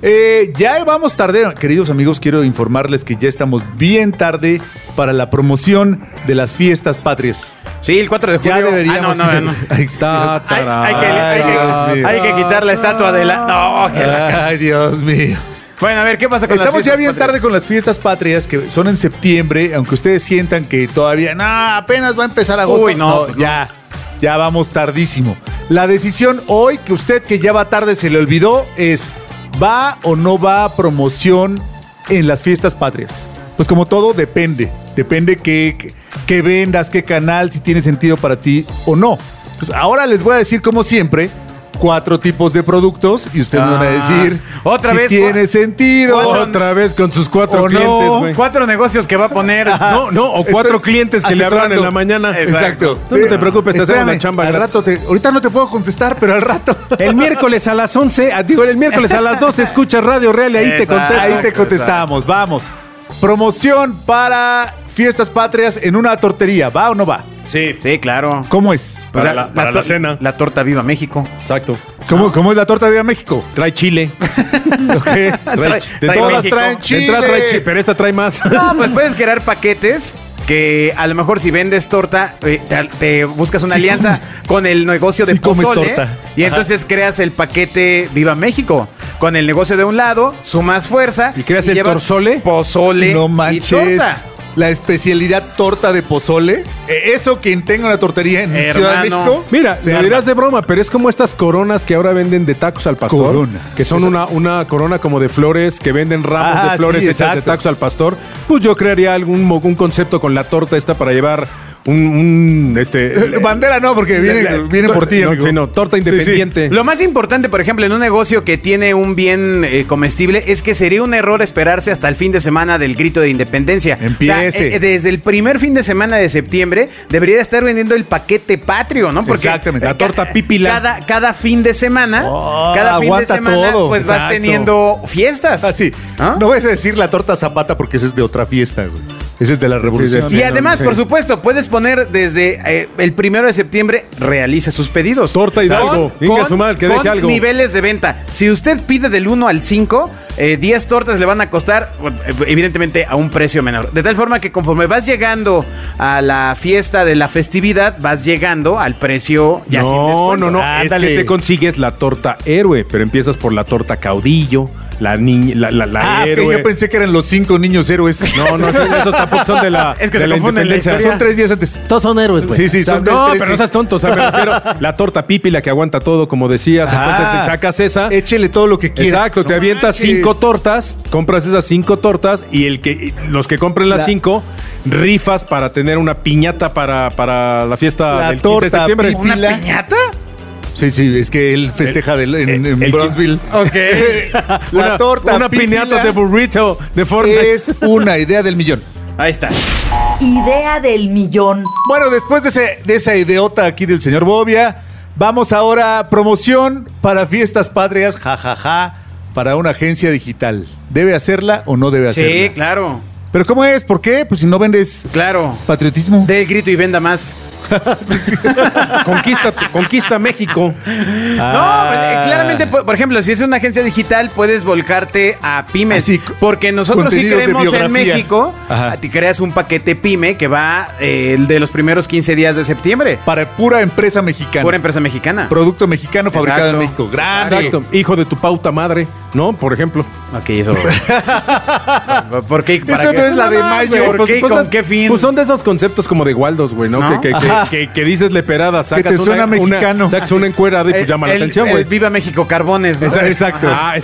D: Eh, ya vamos tarde, queridos amigos, quiero informarles que ya estamos bien tarde para la promoción de las fiestas patrias.
C: Sí, el cuatro de julio.
D: Ya deberíamos.
C: Ah, no, no, no.
D: Ay,
E: Ta,
C: Hay,
E: tará.
C: hay que, hay,
D: Ay, Dios
C: que,
D: mío.
C: hay que quitar la estatua de la... No, que la...
D: Ay, Dios mío.
C: Bueno, a ver, ¿qué pasa con las
D: Estamos ya
C: fiestas
D: bien
C: patrias?
D: tarde con las fiestas patrias que son en septiembre, aunque ustedes sientan que todavía, no, apenas va a empezar agosto.
C: Uy, no, pues no.
D: ya, ya vamos tardísimo. La decisión hoy, que usted que ya va tarde se le olvidó, es ¿va o no va a promoción en las fiestas patrias? Pues como todo, depende. Depende qué, qué, qué vendas, qué canal, si tiene sentido para ti o no. Pues ahora les voy a decir, como siempre, cuatro tipos de productos y ustedes
C: Ah,
D: me van a decir
C: otra
D: si
C: vez,
D: tiene
C: cua-
D: sentido.
C: cuatro-
E: Otra vez con sus cuatro
D: ¿O no?
E: clientes, güey.
C: Cuatro negocios que va a poner.
E: No, no, o cuatro
D: Estoy
E: clientes que le hablan en
D: asesorando.
E: la mañana.
D: Exacto.
E: Tú no te preocupes, te hacemos
D: Espérame,
E: la chamba
D: al
E: gratis.
D: rato te- ahorita no te puedo contestar, pero al rato.
E: El miércoles a las once, ah, digo, el miércoles a las doce escuchas Radio Real y ahí te
C: Exacto.
E: contesto.
D: Ahí te contestamos, vamos. Promoción para fiestas patrias en una tortería, ¿va o no va?
C: Sí, sí, claro.
D: ¿Cómo es?
E: Para la- para la
C: tor-
E: cena.
C: La torta Viva México.
E: Exacto.
D: ¿Cómo, ¿Cómo es la torta de México?
E: Trae chile.
D: Ok.
E: Trae,
C: Trae-
E: de
C: trae
E: todas
C: México.
D: traen
E: de
D: chile.
E: entrada trae chile, pero esta trae más.
C: No, pues puedes crear paquetes que a lo mejor si vendes torta, eh, te, te buscas una
D: Sí
C: alianza con el negocio de
D: Sí comes
C: pozole
D: torta.
C: y
D: Ajá.
C: entonces creas el paquete Viva México. Con el negocio de un lado, sumas fuerza.
E: ¿Y creas el
C: llevas
E: torzole?
C: Pozole
D: No
C: y
D: manches.
C: torta.
D: La especialidad torta de pozole. Eh, Eso quien tenga una tortería en Ciudad de
C: Hermano.
D: México.
E: Mira,
D: se
E: me
D: arma.
E: dirás de broma, pero es como estas coronas que ahora venden de tacos al pastor.
D: Corona.
E: Que son una, una corona como de flores, que venden ramos
D: Ah,
E: de flores
D: sí,
E: hechas de
D: exacto.
E: tacos al pastor. Pues yo crearía algún mo- un concepto con la torta esta para llevar un... un, este,
D: Bandera no, porque viene,
E: la- la-
D: viene por ti,
E: no,
D: amigo.
E: sí, no, torta
D: Sí, sí.
E: independiente.
C: Lo más importante, por ejemplo, en un negocio que tiene un bien eh, comestible, es que sería un error esperarse hasta el fin de semana del grito de independencia.
D: Empiece.
C: O sea, eh, desde el primer fin de semana de septiembre debería estar vendiendo el paquete patrio, ¿no? Porque
D: Exactamente.
E: La
C: ca-
E: torta pípila.
C: Cada, cada fin de semana,
D: Oh,
C: cada fin de
D: aguanta
C: semana,
D: todo.
C: pues vas
E: Exacto.
C: teniendo fiestas.
D: Ah, sí.
C: ¿Ah?
D: No vas a decir la torta zapata porque ese es de otra fiesta, güey. Ese es de la revolución.
C: Y además,
D: Sí.
C: por supuesto, puedes poner desde eh, el primero de septiembre, realice sus pedidos.
E: Torta Hidalgo.
C: Con-
E: Inga
C: con-
E: su madre, que
C: con
E: deje algo.
C: niveles de venta. Si usted pide del uno al cinco, eh, diez tortas le van a costar, bueno, evidentemente, a un precio menor. De tal forma que conforme vas llegando a la fiesta de la festividad, vas llegando al precio ya sin
E: No,
C: descuento.
E: no, no.
D: Ándale.
E: Es que te consigues la torta héroe, pero empiezas por la torta caudillo, la niña, la, la, la
D: Ah, que
E: héroe.
D: yo pensé que eran los cinco niños héroes.
E: No, no, esos, esos tampoco son de la,
C: Es que
E: de
C: se
E: la
C: confunden la
E: independencia.
C: historia.
D: Son tres días antes.
E: Todos son héroes, güey.
D: Sí, sí, son del
E: No,
D: trece.
E: pero no seas tonto. O sea, me refiero la torta pipi, la que aguanta todo, como decías. Entonces
D: Ah,
E: sacas esa.
D: Échele todo lo que quiera.
E: Exacto, te
D: No
E: avientas
D: manches.
E: cinco tortas, compras esas cinco tortas y el que y los que compren las
D: La-
E: cinco rifas para tener una piñata para, para la fiesta
D: La
E: del quince de
D: torta
E: septiembre.
D: pipi.
C: ¿Una
D: Pila.
C: piñata?
D: Sí, sí, es que él festeja del- en,
E: el-
D: en
E: el-
D: Brownsville.
C: Ok.
D: La
E: una,
D: torta
E: una
D: pipila
E: piñata de burrito de Fortnite.
D: es una idea del millón.
C: Ahí está.
B: Idea del millón.
D: Bueno, después de, ese- de esa ideota aquí del señor Bobia, vamos ahora a promoción para fiestas patrias, jajaja, para una agencia digital. ¿Debe hacerla o no debe hacerla?
C: Sí, claro.
D: ¿Pero cómo es? ¿Por qué? Pues si no vendes
C: Claro.
D: patriotismo.
C: Dé el grito y venda más.
E: Conquista, conquista México.
C: No, pues, eh, claramente, por, por ejemplo, si es una agencia digital, puedes volcarte a pymes.
D: Así,
C: porque nosotros sí
D: contenidos de
C: creemos en
D: biografía.
C: México.
D: Ajá.
C: A ti creas un paquete pyme que va eh, el de los primeros quince días de septiembre.
D: Para pura empresa mexicana.
C: Pura empresa mexicana.
D: Producto mexicano fabricado en
C: Exacto.
D: México. Grande.
E: Exacto. Hijo de tu pauta madre, ¿no? Por ejemplo.
C: Ok, eso. ¿Por qué? ¿Para
D: Eso
C: qué?
D: no es la de mayo.
C: ¿Por qué y con qué fin?
E: Pues son de esos conceptos como de Waldos, güey, ¿no?
C: ¿No?
E: Que, que, que,
D: Ajá.
E: que- que dices leperada, sacas
D: te suena
E: una, una-
D: mexicano.
E: sacas una encuerada y pues
C: Eh,
E: llama la
C: el-
E: atención,
C: el
E: güey.
C: Viva México Carbones. ¿no?
D: Exacto.
E: Ah, es-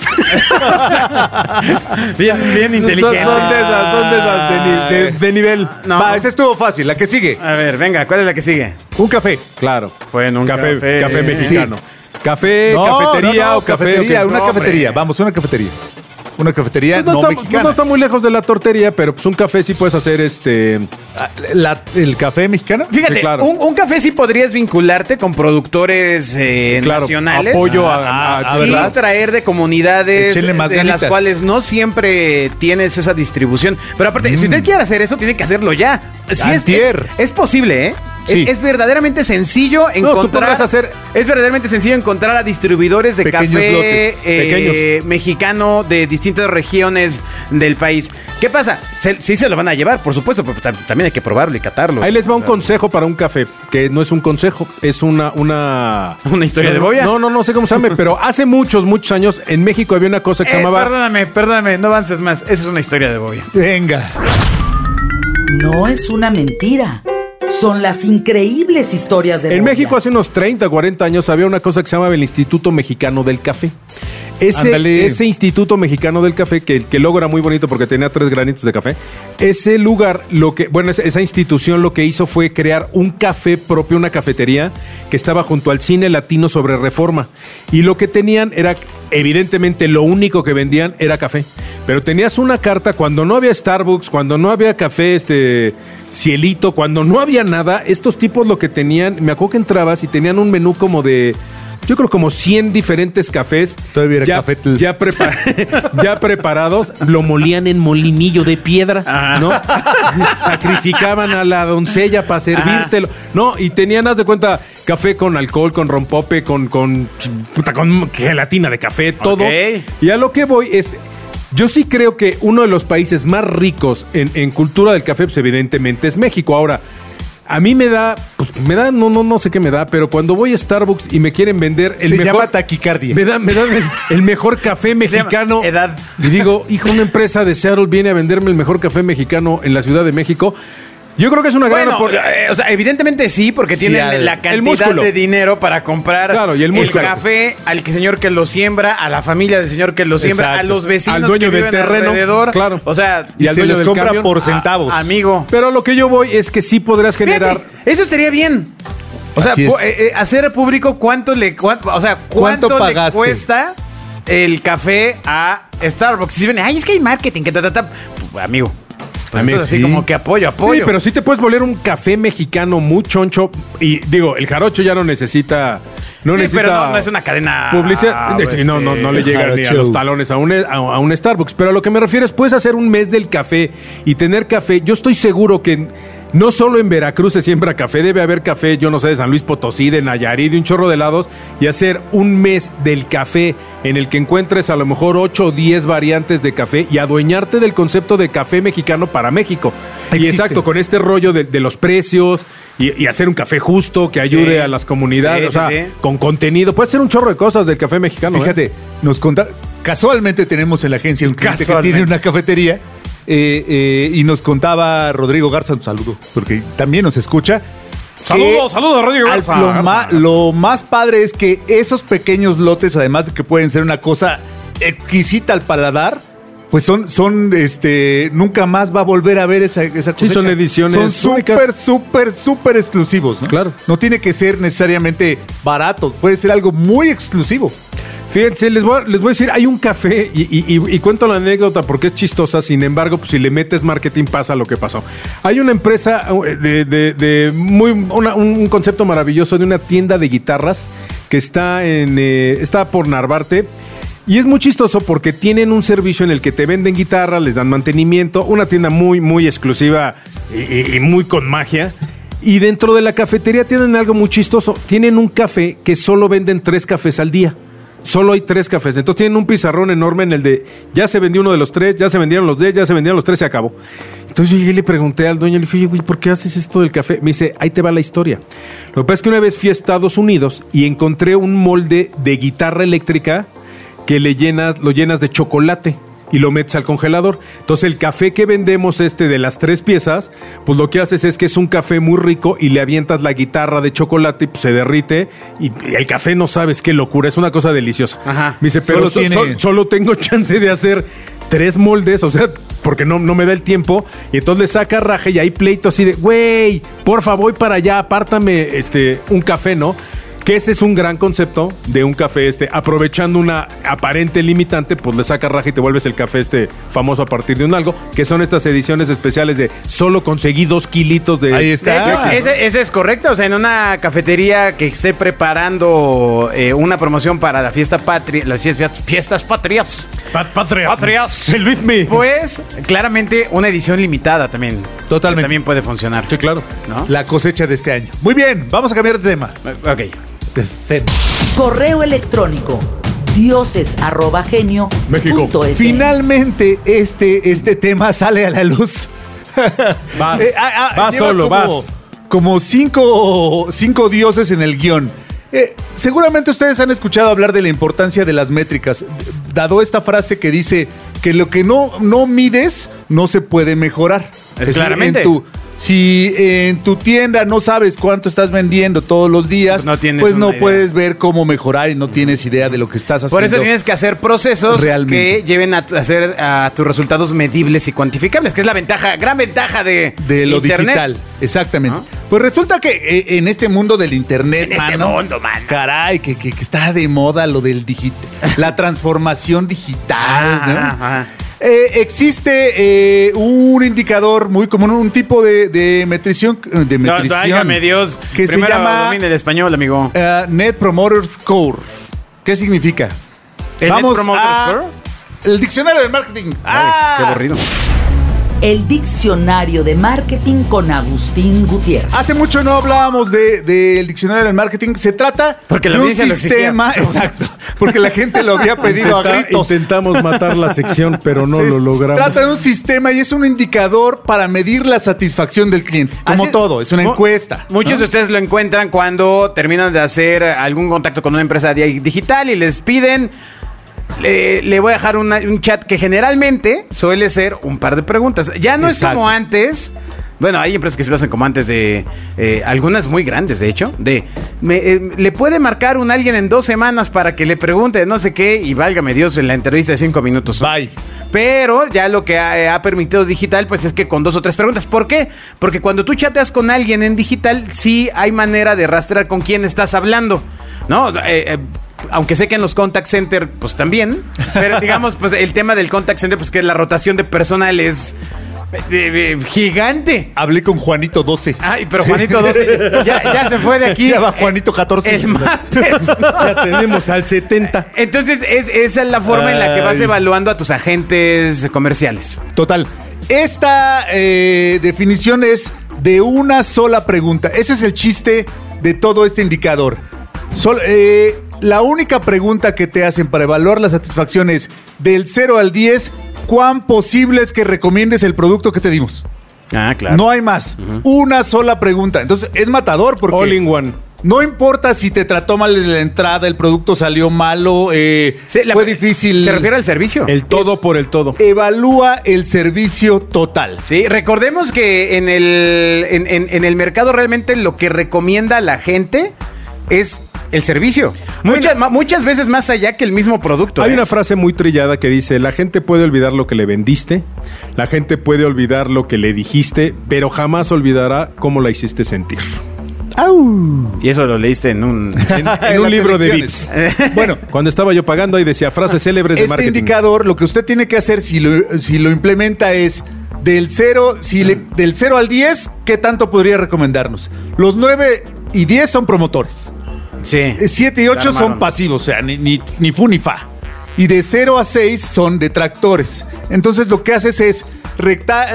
C: Bien, bien inteligente.
E: Son, son de esas, son de esas de, ni- de- de nivel.
C: No.
D: Va, ese estuvo fácil. La que sigue.
C: A ver, venga, ¿cuál es la que sigue?
D: Un café.
E: Claro.
C: Bueno, un
E: café,
C: café.
E: café mexicano. Café,
D: No,
E: cafetería
D: no, no,
E: o café.
D: cafetería,
E: ¿o qué?
D: una
C: No,
D: cafetería.
C: hombre.
D: Vamos, una cafetería. Una cafetería
E: Pues no,
D: no,
E: está, pues
D: mexicana.
E: no está muy lejos de la tortería, pero pues un café sí puedes hacer este.
D: Ah, la- ¿El café mexicano?
C: Fíjate,
E: Sí, claro.
C: un, un café sí podrías vincularte con productores eh,
E: Claro,
C: nacionales.
E: apoyo a,
D: Ah,
E: a-
D: ah,
C: y
D: ¿verdad?
C: traer de comunidades
D: Échenle más
C: de
D: ganitas.
C: las cuales no siempre tienes esa distribución. Pero aparte, si usted quiere hacer eso, tiene que hacerlo ya. Sí es,
D: Antier.
C: es, es posible, ¿eh?
D: Sí.
C: Es, es verdaderamente sencillo encontrar.
E: tú podrás hacer-
C: Es verdaderamente sencillo encontrar a distribuidores de
D: Pequeños
C: café
D: lotes.
C: eh,
E: Pequeños.
C: mexicano de distintas regiones del país. ¿Qué pasa? Se- sí se lo van a llevar, por supuesto, pero tam- también hay que probarlo y catarlo.
E: Ahí les va un consejo para un café, que no es un consejo, es una... Una,
C: ¿Una historia de bobia?
E: No, no, no sé cómo se llama, pero hace muchos, muchos años en México había una cosa que se
C: Eh,
E: llamaba...
C: Perdóname, perdóname, no avances más. Esa es una historia de bobia.
D: Venga.
B: No es una mentira. Son las increíbles historias de
E: En
B: Bobia.
E: México hace unos treinta, cuarenta años había una cosa que se llamaba el Instituto Mexicano del Café. Ese,
D: Ándale.
E: ese Instituto Mexicano del Café, que, que logo era muy bonito porque tenía tres granitos de café, ese lugar, lo que, bueno, esa, esa institución lo que hizo fue crear un café propio, una cafetería que estaba junto al Cine Latino sobre Reforma. Y lo que tenían era, evidentemente, lo único que vendían era café. Pero tenías una carta cuando no había Starbucks, cuando no había café, este... Cielito, cuando no había nada, estos tipos lo que tenían, me acuerdo que entrabas y tenían un menú como de, yo creo como cien diferentes cafés.
D: Todavía era
E: ya,
D: cafetl.
E: ya, prepa- ya preparados, lo molían en molinillo de piedra,
C: Ajá.
E: ¿no? Sacrificaban a la doncella para servírtelo, ¿no? Y tenían, haz de cuenta, café con alcohol, con rompope, con, con, puta, con gelatina de café, todo.
C: Ok.
E: Y a lo que voy es... Yo sí creo que uno de los países más ricos en, en cultura del café, pues evidentemente es México. Ahora, a mí me da, pues me da, no, no, no sé qué me da, pero cuando voy a Starbucks y me quieren vender el
D: Se
E: mejor...
D: llama taquicardia.
E: Me dan, me dan el, el mejor café mexicano.
C: edad.
E: Y digo, hijo, una empresa de Seattle viene a venderme el mejor café mexicano en la Ciudad de México. Yo creo que es una gran
C: Bueno,
E: opor-
C: eh, o sea, evidentemente sí, porque
D: Sí,
C: tienen
D: al-
C: la
E: el
C: cantidad
E: músculo.
C: de dinero para comprar
E: Claro, y el músculo.
C: café al que señor que lo siembra, a la familia del señor que lo siembra,
D: Exacto.
C: a los vecinos
E: Al dueño
C: que
E: del
C: viven
E: terreno,
C: alrededor.
E: claro.
C: O sea,
D: Y,
E: y al
D: se
E: dueño
D: los
E: del
D: compra
E: camión.
D: por centavos.
C: amigo.
E: Pero a lo que yo voy es que sí podrás generar...
C: Fíjate, eso estaría bien. O sea,
D: Así
C: pu-
D: es.
C: eh, eh, hacer público cuánto le, cuánto, o sea, cuánto,
D: ¿Cuánto
C: le
D: pagaste?
C: cuesta el café a Starbucks. Si ven, ay, es que hay marketing, que ta, ta, ta. Pues, amigo. Pues
D: Amigo,
C: entonces así
D: sí.
C: como que apoyo, apoyo.
E: Sí, pero sí te puedes volver un café mexicano muy choncho. Y digo, el jarocho ya no necesita. No
C: Sí,
E: necesita.
C: pero no, no es una cadena.
E: Publicidad.
C: este,
E: no, no, no le llega ni a
D: jarocho.
E: los talones a un, a, a un Starbucks. Pero a lo que me refiero es, puedes hacer un mes del café y tener café. Yo estoy seguro que no solo en Veracruz se siembra café, debe haber café, yo no sé, de San Luis Potosí, de Nayarit, de un chorro de lados, y hacer un mes del café en el que encuentres a lo mejor ocho o diez variantes de café y adueñarte del concepto de café mexicano para México. Y
D: Existe.
E: exacto, con este rollo de, de los precios y, y hacer un café justo que ayude
C: Sí.
E: a las comunidades,
C: Sí,
E: o sea,
C: sí, sí.
E: con contenido. Puede ser un chorro de cosas del café mexicano. ¿eh?
D: Fíjate, nos conta, casualmente tenemos en la agencia un cliente que
C: Casualmente.
D: tiene una cafetería eh, eh, y nos contaba Rodrigo Garza, un saludo, porque también nos escucha.
C: Saludos,
D: que
C: saludos, Rodrigo
D: al-
C: Garza,
D: Lo,
C: Garza.
D: ma- lo más padre es que esos pequeños lotes, además de que pueden ser una cosa exquisita al paladar, pues son, son, este, nunca más va a volver a ver esa, esa
E: Sí,
D: cosecha.
E: son ediciones
D: Son
E: únicas.
D: súper, súper, súper exclusivos, ¿no?
E: Claro.
D: No tiene que ser necesariamente barato, puede ser algo muy exclusivo.
E: Fíjense, les voy, a, les voy a decir, hay un café y, y- y- y cuento la anécdota porque es chistosa, sin embargo, pues si le metes marketing pasa lo que pasó. Hay una empresa eh, de, de- de muy, una- un, un concepto maravilloso de una tienda de guitarras que está, en, eh, está por Narvarte. Y es muy chistoso porque tienen un servicio en el que te venden guitarras, les dan mantenimiento, una tienda muy, muy exclusiva y, y- y muy con magia. Y dentro de la cafetería tienen algo muy chistoso. Tienen un café que solo venden tres cafés al día. Solo hay tres cafés. Entonces tienen un pizarrón enorme en el de ya se vendió uno de los tres, ya se vendieron los diez, ya se vendieron los tres, se acabó. Entonces yo llegué y le pregunté al dueño, le dije, oye, güey, ¿por qué haces esto del café? Me dice, ahí te va la historia. Lo que pasa es que una vez fui a Estados Unidos y encontré un molde de guitarra eléctrica que le llenas, lo llenas de chocolate y lo metes al congelador. Entonces el café que vendemos este de las tres piezas, pues lo que haces es que es un café muy rico y le avientas la guitarra de chocolate y pues se derrite y, y el café no sabes qué locura, es una cosa deliciosa.
C: Ajá.
E: Me dice, pero
D: Solo
E: so-
D: tiene-
E: so- solo tengo chance de hacer tres moldes, o sea, porque no, no me da el tiempo. Y entonces le saca raje y hay pleito así de, güey, porfa, voy para allá, apártame este, un café, ¿no? Que ese es un gran concepto de un café este. Aprovechando una aparente limitante, pues le sacas raja y te vuelves el café este famoso a partir de un algo. Que son estas ediciones especiales de solo conseguí dos kilitos de...
D: Ahí está.
C: De hecho, ese, ese es correcto. O sea, en una cafetería que esté preparando eh, una promoción para la fiesta patria, las fiestas, fiestas patrias.
E: Pat- Patria.
C: Patrias.
E: El with me.
C: Pues, claramente, una edición limitada también.
D: Totalmente.
C: Que también puede funcionar.
E: Sí, claro.
C: ¿No?
D: La cosecha de este año. Muy bien, vamos a cambiar de tema.
C: Ok.
D: De tema.
B: Correo electrónico dioses arroba genio
E: México.
B: punto f m.
D: Finalmente, este, este tema sale a la luz.
E: Vas,
D: Eh, ah, ah,
E: vas
D: lleva
E: solo,
D: como,
E: vas.
D: Como cinco, cinco dioses en el guión. Eh, seguramente ustedes han escuchado hablar de la importancia de las métricas, dado esta frase que dice que lo que no, no mides no se puede mejorar.
C: Es
D: decir,
C: claramente.
D: en tu- si en tu tienda no sabes cuánto estás vendiendo todos los días,
C: Pues no tienes
D: pues no
C: una idea.
D: puedes ver cómo mejorar y no tienes idea de lo que estás haciendo.
C: Por eso tienes que hacer procesos
D: Realmente.
C: que lleven a hacer a tus resultados medibles y cuantificables, que es la ventaja, gran ventaja de,
D: De lo
C: Internet.
D: digital, exactamente.
C: ¿No?
D: Pues resulta que eh, en este mundo del internet,
C: En este mundo, mano.
D: caray, que, que- que está de moda lo del digital, la transformación digital, ¿no?
C: Ajá, ajá.
D: Eh, existe eh, un indicador muy común, un tipo de, de metrición, de
C: No,
D: metrición
C: válgame Dios.
D: que se
C: Primero
D: llama
C: domine el español, amigo.
D: eh, Net Promoter Score. ¿Qué significa?
C: ¿El Net Promoter Score?
D: El diccionario del marketing.
C: Ay,
D: Ah,
C: qué aburrido.
B: El diccionario de marketing con Agustín Gutiérrez.
D: Hace mucho no hablábamos de- del diccionario del marketing. Se trata
C: Porque la
D: de un
C: audiencia lo exigía.
D: sistema, exacto, porque la gente lo había pedido a
E: Intenta-
D: gritos.
E: Intentamos matar la sección, pero no
D: Se
E: lo logramos.
D: trata de un sistema y es un indicador para medir la satisfacción del cliente. Como
C: Así-
D: todo, es una
C: mu-
D: encuesta.
C: Muchos
D: ¿no?
C: de ustedes lo encuentran cuando terminan de hacer algún contacto con una empresa di- digital y les piden. Le, le voy a dejar una- un chat que generalmente suele ser un par de preguntas. Ya no
D: Exacto.
C: es como antes. Bueno, hay empresas que se lo hacen como antes de... eh, algunas muy grandes, de hecho. De... me- eh, le puede marcar un alguien en dos semanas para que le pregunte no sé qué y válgame Dios en la entrevista de cinco minutos.
D: Bye.
C: Pero ya lo que ha, ha permitido digital, pues es que con dos o tres preguntas. ¿Por qué? Porque cuando tú chateas con alguien en digital, sí hay manera de rastrear con quién estás hablando, ¿no? Eh, eh, aunque sé que en los contact center, pues también. Pero digamos, pues el tema del contact center, pues que la rotación de personal es eh, eh, gigante.
D: Hablé con Juanito doce.
C: Ay, pero Juanito doce ya, ya se fue de aquí.
D: Ya va Juanito catorce.
C: El martes.
E: Ya tenemos al setenta.
C: Entonces, es, esa es la forma en la que vas
D: Ay.
C: evaluando a tus agentes comerciales.
D: Total. Esta eh, definición es de una sola pregunta. Ese es el chiste de todo este indicador. Sol- eh, la única pregunta que te hacen para evaluar la satisfacción es del cero al diez, ¿cuán posible es que recomiendes el producto que te dimos?
C: Ah, claro.
D: No hay más. Una sola pregunta. Entonces, es matador porque...
E: All in one.
D: No importa si te trató mal en la entrada, el producto salió malo, eh,
C: Sí, la-
D: fue difícil.
C: Se refiere al servicio.
E: El todo por el todo.
D: Evalúa el servicio total.
C: Sí, recordemos que en el, en, en- en el mercado realmente lo que recomienda la gente es el servicio. Muchas, ma- muchas veces más allá que el mismo producto.
E: Hay
C: ¿eh?
E: una frase muy trillada que dice, la gente puede olvidar lo que le vendiste, la gente puede olvidar lo que le dijiste, pero jamás olvidará cómo la hiciste sentir.
C: Y eso lo leíste en un...
E: En, en
D: En
E: un
D: las
E: libro de
D: elecciones.
E: Vips. Bueno, cuando estaba yo pagando ahí decía frases célebres de
D: Este
E: marketing.
D: indicador, lo que usted tiene que hacer si lo, si lo implementa es del cero, si le- del cero al diez, ¿qué tanto podría recomendarnos? Los nueve y diez son promotores.
C: Sí.
D: siete y
C: La
D: ocho
C: armaron.
D: son pasivos, o sea, ni, ni, ni fu ni fa. Y de cero a seis son detractores. Entonces lo que haces es recta-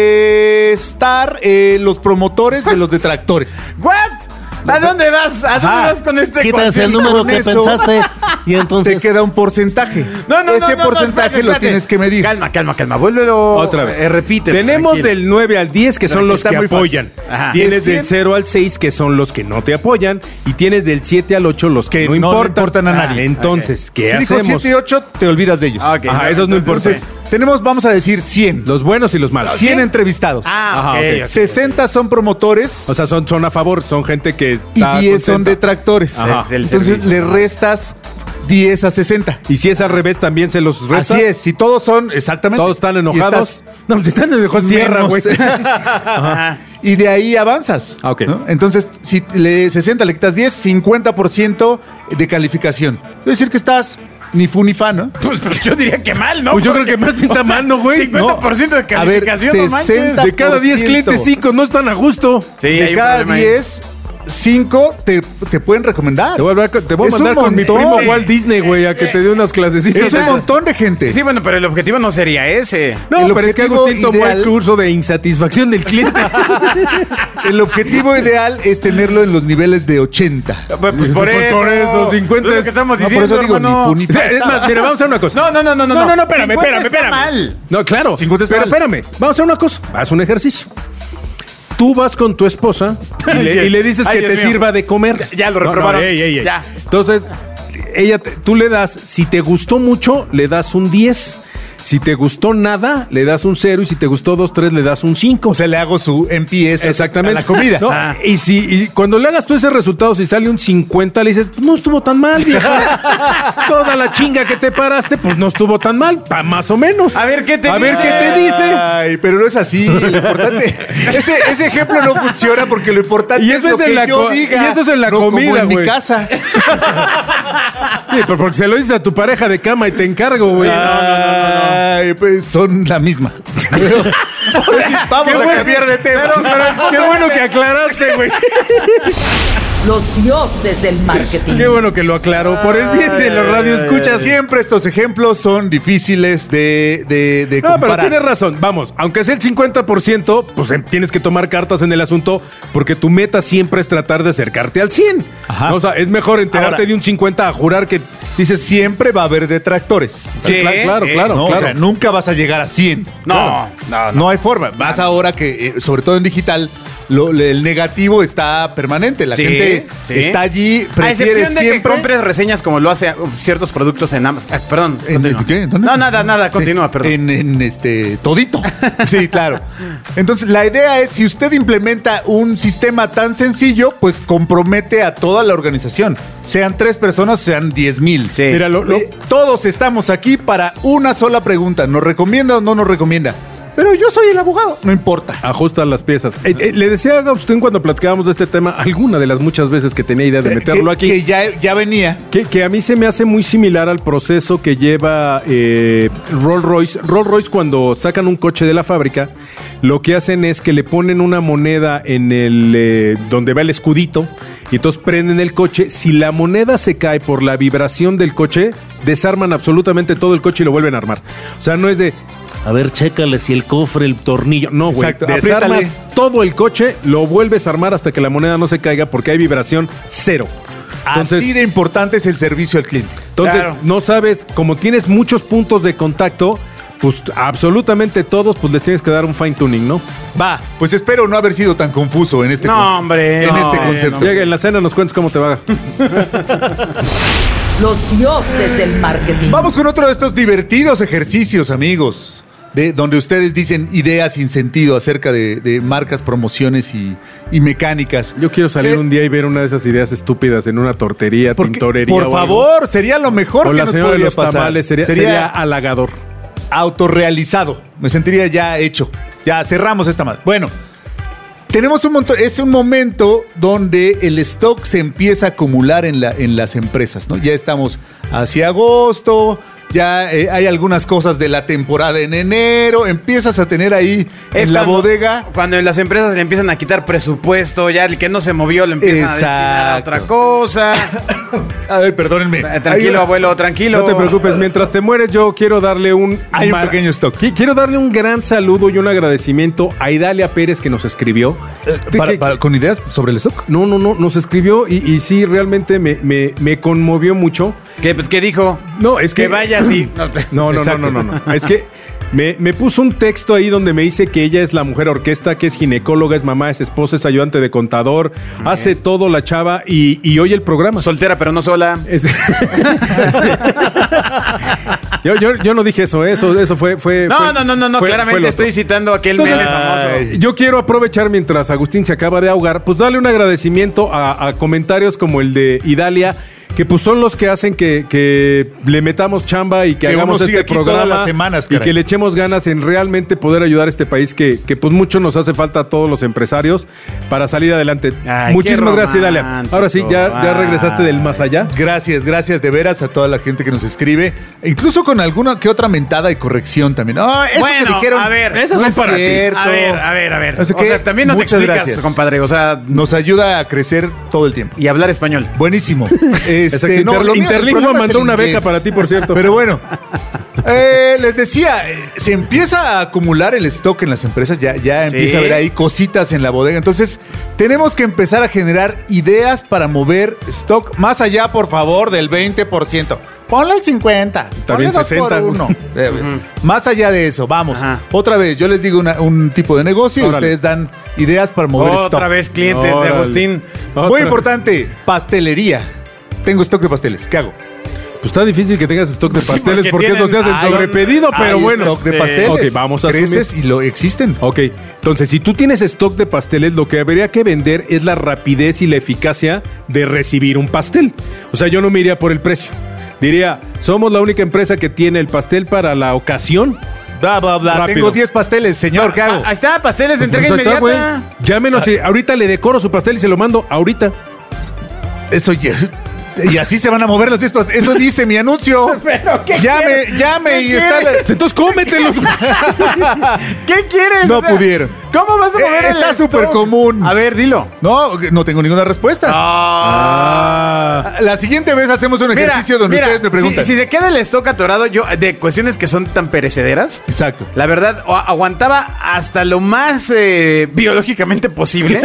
D: restar eh, los promotores de los detractores.
C: ¿What? ¿A dónde vas? ¿A dónde
D: Ajá.
C: vas con este
F: Quitas el
C: concepto?
F: número
D: Con
F: que
D: eso
F: pensaste y
D: Te
F: entonces...
D: queda un porcentaje.
C: No, no,
D: Ese
C: no, no,
D: porcentaje
C: no, espérate,
D: lo
C: espérate.
D: tienes que medir.
C: Calma, calma, calma. Vuélvelo.
E: Otra vez.
C: Eh, repite.
E: Tenemos
C: tranquilo.
E: del nueve al diez que son
D: Tranquilo,
E: los
D: está
E: que
D: muy fácil.
E: apoyan.
C: Ajá.
E: Tienes
D: De cien
E: del cero al seis que son los que no te apoyan. Y tienes del siete al ocho los que,
D: Que
E: no,
D: no le
E: importan.
D: importan a nadie.
E: Entonces, ¿qué
D: Si dijo
E: hacemos?
D: siete y ocho, te olvidas de ellos.
C: Ah, ok.
E: Ajá, esos no importan.
D: Entonces, tenemos, vamos a decir cien.
E: Los buenos y los malos.
D: cien entrevistados.
C: Ah,
E: Ajá,
C: ok,
E: ok.
C: ok.
D: sesenta son promotores
E: O sea, son, son a favor, son gente que
D: y
E: está
D: diez son
E: contenta.
D: detractores.
E: Ajá.
C: El
D: Entonces
C: servicio.
D: le restas diez a sesenta.
E: Y si es al revés, también se los resta.
D: Así es, si todos son, exactamente.
E: Todos están
D: Y
E: enojados.
D: estás
E: No, si están enojados, cierra,
D: menos.
E: güey.
C: Ajá.
D: y de ahí avanzas.
E: Ah, ok.
D: ¿no? Entonces, si le sesenta le quitas diez, cincuenta por ciento de calificación. Es decir, que estás ni fu ni fa, ¿no?
C: Pues, pues yo diría que mal, ¿no?
E: Pues yo
C: Porque,
E: creo que más pinta
C: o sea,
E: mal, ¿no, güey?
C: cincuenta por ciento de
D: A ver,
C: calificación, no manches.
D: sesenta
E: De cada diez clientes, cinco no están a gusto.
C: Sí, hay
D: de
C: un
D: cada
C: problema ahí.
D: diez, cinco te, te pueden recomendar.
E: Te voy a, hablar con- te voy a
D: Es un
E: mandar con mi
D: montón.
E: primo Walt Disney, güey, a que te dé unas clasecitas.
D: Es un montón de gente.
C: Sí, bueno, pero el objetivo no sería ese.
E: No,
D: El
E: pero es que
D: objetivo
E: Agustín tomó
D: ideal-
E: el curso de insatisfacción del cliente.
D: El objetivo ideal es tenerlo en los niveles de ochenta.
C: Pues, pues por,
E: Pues
C: eso,
E: por eso, cincuenta
C: Es lo
E: es-
C: que estamos
D: No, por
C: diciendo,
D: eso digo,
C: hermano.
D: ni fu ni fa.
E: Es más, mira, vamos a hacer una cosa.
C: No, no, no, no, no.
E: No, no, no, espérame,
C: cincuenta
E: espérame,
C: está
E: espérame.
C: mal.
E: No, claro.
D: cincuenta está
E: Pero
D: mal.
E: espérame, vamos a hacer una cosa. Haz un ejercicio. Tú vas con tu esposa y le, y le dices
C: Ay,
E: que
C: Dios
E: te
C: mío.
E: sirva de comer.
C: Ya- ya lo
E: No, no,
C: reprobaron.
E: ey, ey, ey.
C: Ya.
E: Entonces, ella te- tú le das, si te gustó mucho, le das un diez. Si te gustó nada, le das un cero. Y si te gustó dos, tres, le das un cinco.
D: O sea, le hago su M P S
E: Exactamente.
D: a la comida.
E: No,
C: Ah.
E: y si y cuando le hagas tú ese resultado, si sale un cincuenta, le dices, pues no estuvo tan mal, vieja. Toda la chinga que te paraste, pues no estuvo tan mal, pa- más o menos.
C: A ver qué te
E: A
C: dice.
E: ver qué te dice.
D: Ay, pero no es así. Lo importante. Ese, ese ejemplo no funciona porque lo importante
E: Y
D: es
E: eso
D: lo
E: es en
D: que
E: la
D: yo
E: co-
D: diga.
E: y eso es en la
D: no
E: comida,
D: como en
E: güey.
D: mi casa.
E: Sí, pero porque se lo dices a tu pareja de cama y te encargo, güey.
D: Ay, pues son la misma. Sí, vamos
E: Qué
D: a
E: bueno.
D: cambiar de tema.
E: Pero, pero qué bueno que aclaraste, güey.
B: Los dioses del marketing.
E: Qué bueno que lo aclaró. Por el bien de los radioescuchas.
D: Siempre estos ejemplos son difíciles de, de, de
E: No, pero
D: comparar.
E: tienes razón. Vamos, aunque sea el cincuenta por ciento, pues em, tienes que tomar cartas en el asunto porque tu meta siempre es tratar de acercarte al cien.
D: Ajá.
E: O sea, es mejor enterarte
D: Ahora-
E: de un cincuenta a jurar que dices...
D: Siempre va a haber detractores.
C: Sí,
E: Cla- claro,
C: sí.
E: claro,
D: No,
E: claro.
D: o sea, nunca vas a llegar a cien.
C: No, no, no.
D: No hay forma. Más ahora que, eh, sobre todo en digital, lo- el negativo está permanente. La
C: Sí,
D: gente
C: sí.
D: está allí,
C: A
D: prefiere
C: excepción de que
D: siempre.
C: compres reseñas como lo hace uh, ciertos productos en Amazon. Ah, perdón.
D: ¿En-
C: continúa.
D: qué? ¿Dónde?
C: No, nada, nada,
D: Sí,
C: continúa, perdón.
D: En, en, este todito. Sí, claro. Entonces, la idea es, si usted implementa un sistema tan sencillo, pues compromete a toda la organización. Sean tres personas, sean diez mil.
C: Sí.
E: Mira, lo, lo-
D: Eh, todos estamos aquí para una sola pregunta. ¿Nos recomienda o no nos recomienda? Pero yo soy el abogado. No importa.
E: ajustan las piezas. Eh, eh, le decía a Agustín cuando platicábamos de este tema, alguna de las muchas veces que tenía idea de meterlo
D: que,
E: aquí,
D: que ya, ya venía.
E: que, que a mí se me hace muy similar al proceso que lleva eh, Rolls Royce. Rolls Royce, cuando sacan un coche de la fábrica, lo que hacen es que le ponen una moneda en el eh, donde va el escudito y entonces prenden el coche. Si la moneda se cae por la vibración del coche, desarman absolutamente todo el coche y lo vuelven a armar. O sea, no es de, a ver, chécale si el cofre, el tornillo. No, güey.
D: Exacto,
E: Desarmas
D: apriétale.
E: todo el coche, lo vuelves a armar hasta que la moneda no se caiga porque hay vibración cero. Entonces,
D: Así de importante es el servicio al cliente.
E: entonces
C: Claro.
E: no sabes, como tienes muchos puntos de contacto, pues absolutamente todos, pues les tienes que dar un fine tuning, ¿no?
D: Va, pues espero no haber sido tan confuso en este
C: No,
D: con-
C: hombre.
D: en
C: no,
D: este
C: no.
D: concepto.
E: Llega en la cena, nos cuentas cómo te va.
B: Los dioses del marketing.
D: Vamos con otro de estos divertidos ejercicios, amigos, de donde ustedes dicen ideas sin sentido acerca de, de marcas, promociones y, y mecánicas.
E: Yo quiero salir
D: Eh,
E: un día y ver una de esas ideas estúpidas en una tortería,
D: porque-
E: tintorería.
D: Por
E: o algo.
D: favor, sería lo mejor
E: O
D: que
E: la
D: nos
E: señora de
D: podría
E: los
D: pasar.
E: tamales, sería, sería halagador.
D: autorrealizado. Me sentiría ya hecho. Ya cerramos esta madre. Bueno, tenemos un montón. Es un momento donde el stock se empieza a acumular en, la, en las empresas, ¿no? Ya estamos hacia agosto. Ya eh, hay algunas cosas de la temporada en enero. Empiezas a tener ahí
C: Es
D: en la
C: cuando-
D: bodega.
C: Cuando en las empresas le empiezan a quitar presupuesto, ya el que no se movió le empiezan a destinar a
D: Exacto.
C: otra cosa.
D: A ver, perdónenme.
C: Eh, Tranquilo,
D: Hay-
C: abuelo, tranquilo.
E: No te preocupes, mientras te mueres yo quiero darle un...
D: Hay un
E: mar-
D: pequeño stock.
E: Qui- Quiero darle un gran saludo y un agradecimiento a Idalia Pérez que nos escribió.
D: Eh,
E: Que-
D: para-
E: que-
D: para- ¿Con ideas sobre el stock?
E: No, no, no, nos escribió y, y sí, realmente me, me, me conmovió mucho.
C: ¿Qué, pues, ¿qué dijo?
E: No, es que...
C: Que vaya así. No,
E: No, no, no,
D: Exacto.
E: no, no, no. Es que me, me puso un texto ahí donde me dice que ella es la mujer orquesta, que es ginecóloga, es mamá, es esposa, es ayudante de contador, hace todo la chava y, y oye el programa.
C: Soltera, pero no sola.
E: Es- yo, yo, yo no dije eso, ¿eh? eso, eso fue, fue.
C: No,
E: fue-
C: no, no, no, no.
E: fue- fue
C: Claramente
E: lo
C: estoy
E: otro.
C: citando aquel
E: Entonces,
C: meme famoso.
D: ay.
E: Yo quiero aprovechar mientras Agustín se acaba de ahogar, pues darle un agradecimiento a, a comentarios como el de Idalia, que pues son los que hacen que, que le metamos chamba y que,
D: Que uno
E: hagamos
D: siga
E: este
D: aquí todas
E: programa
D: las semanas,
E: y
D: caray.
E: que le echemos ganas en realmente poder ayudar a este país que, que pues mucho nos hace falta a todos los empresarios para salir adelante.
C: Ay,
E: Muchísimas
C: qué
E: gracias, Dalia.
C: romántico.
E: Ahora sí, ya, ya regresaste del más allá.
D: Gracias, gracias de veras a toda la gente que nos escribe, incluso con alguna que otra mentada y corrección también. Ah, eso
C: Bueno,
D: que dijeron.
C: a ver,
D: no
C: esas
D: es
C: son para ti.
D: cierto.
C: A ver, a ver, a ver.
D: Así
C: O
D: que,
C: sea, también no te
D: muchas
C: explicas,
D: gracias.
C: compadre. O sea,
D: Nos ayuda a crecer todo el tiempo.
C: y hablar español.
D: Buenísimo.
E: Exacto,
D: Este, no,
E: Inter-
D: lo mío- el
E: Interlingua
D: problema es
E: mandó
D: el
E: una beca
D: inglés.
E: para ti, por cierto.
D: Pero bueno, eh, les decía, eh, se empieza a acumular el stock en las empresas, ya, ya
C: Sí.
D: empieza a haber ahí cositas en la bodega. Entonces, tenemos que empezar a generar ideas para mover stock más allá, por favor, del veinte por ciento. Ponle el cincuenta.
E: También
D: ponle dos
E: sesenta.
D: por uno. Eh, Más allá de eso, vamos.
C: Ajá.
D: Otra vez, yo les digo una- un tipo de negocio y
E: Órale.
D: ustedes dan ideas para mover stock.
C: Otra vez clientes de
E: Órale.
C: Agustín.
E: Otra-
D: Muy importante, pastelería. Tengo stock de pasteles. ¿Qué hago?
E: Pues está difícil que tengas stock de
C: Sí,
E: pasteles
C: porque
E: porque eso se hace
C: tienen-
E: en sobrepedido, pero
D: Hay
E: bueno.
D: stock de
C: Sí.
D: pasteles.
E: Ok, vamos a
D: Creces y lo existen.
E: Ok, entonces si tú tienes stock de pasteles, lo que habría que vender es la rapidez y la eficacia de recibir un pastel. O sea, yo no me iría por el precio. Diría, somos la única empresa que tiene el pastel para la ocasión.
D: Bla, bla, bla.
E: Rápido.
D: Tengo diez pasteles, señor. ¿Qué hago?
C: Ah, ahí está, pasteles de entrega
E: Pues ahí está,
C: inmediata.
E: güey. Llámenos y ahorita le decoro su pastel y se lo mando ahorita.
D: Eso ya. Y así se van a mover los diez pasteles. Eso dice mi anuncio.
C: ¿Pero qué
D: Llame,
C: quieres?
D: llame
C: ¿Qué
D: y está. la-
C: quieres?
E: Entonces cómetelos.
C: ¿Qué quieres?
D: No
C: O sea,
D: pudieron.
C: ¿Cómo vas a
D: Eh,
C: mover el
D: está
C: stock?
D: súper común.
C: A ver, dilo.
D: No, no tengo ninguna respuesta.
E: Ah.
D: La siguiente vez hacemos un ejercicio donde
C: mira,
D: ustedes me preguntan.
C: Si, si se queda el stock atorado, yo, de cuestiones que son tan perecederas,
D: Exacto.
C: la verdad, o- aguantaba hasta lo más eh, biológicamente posible.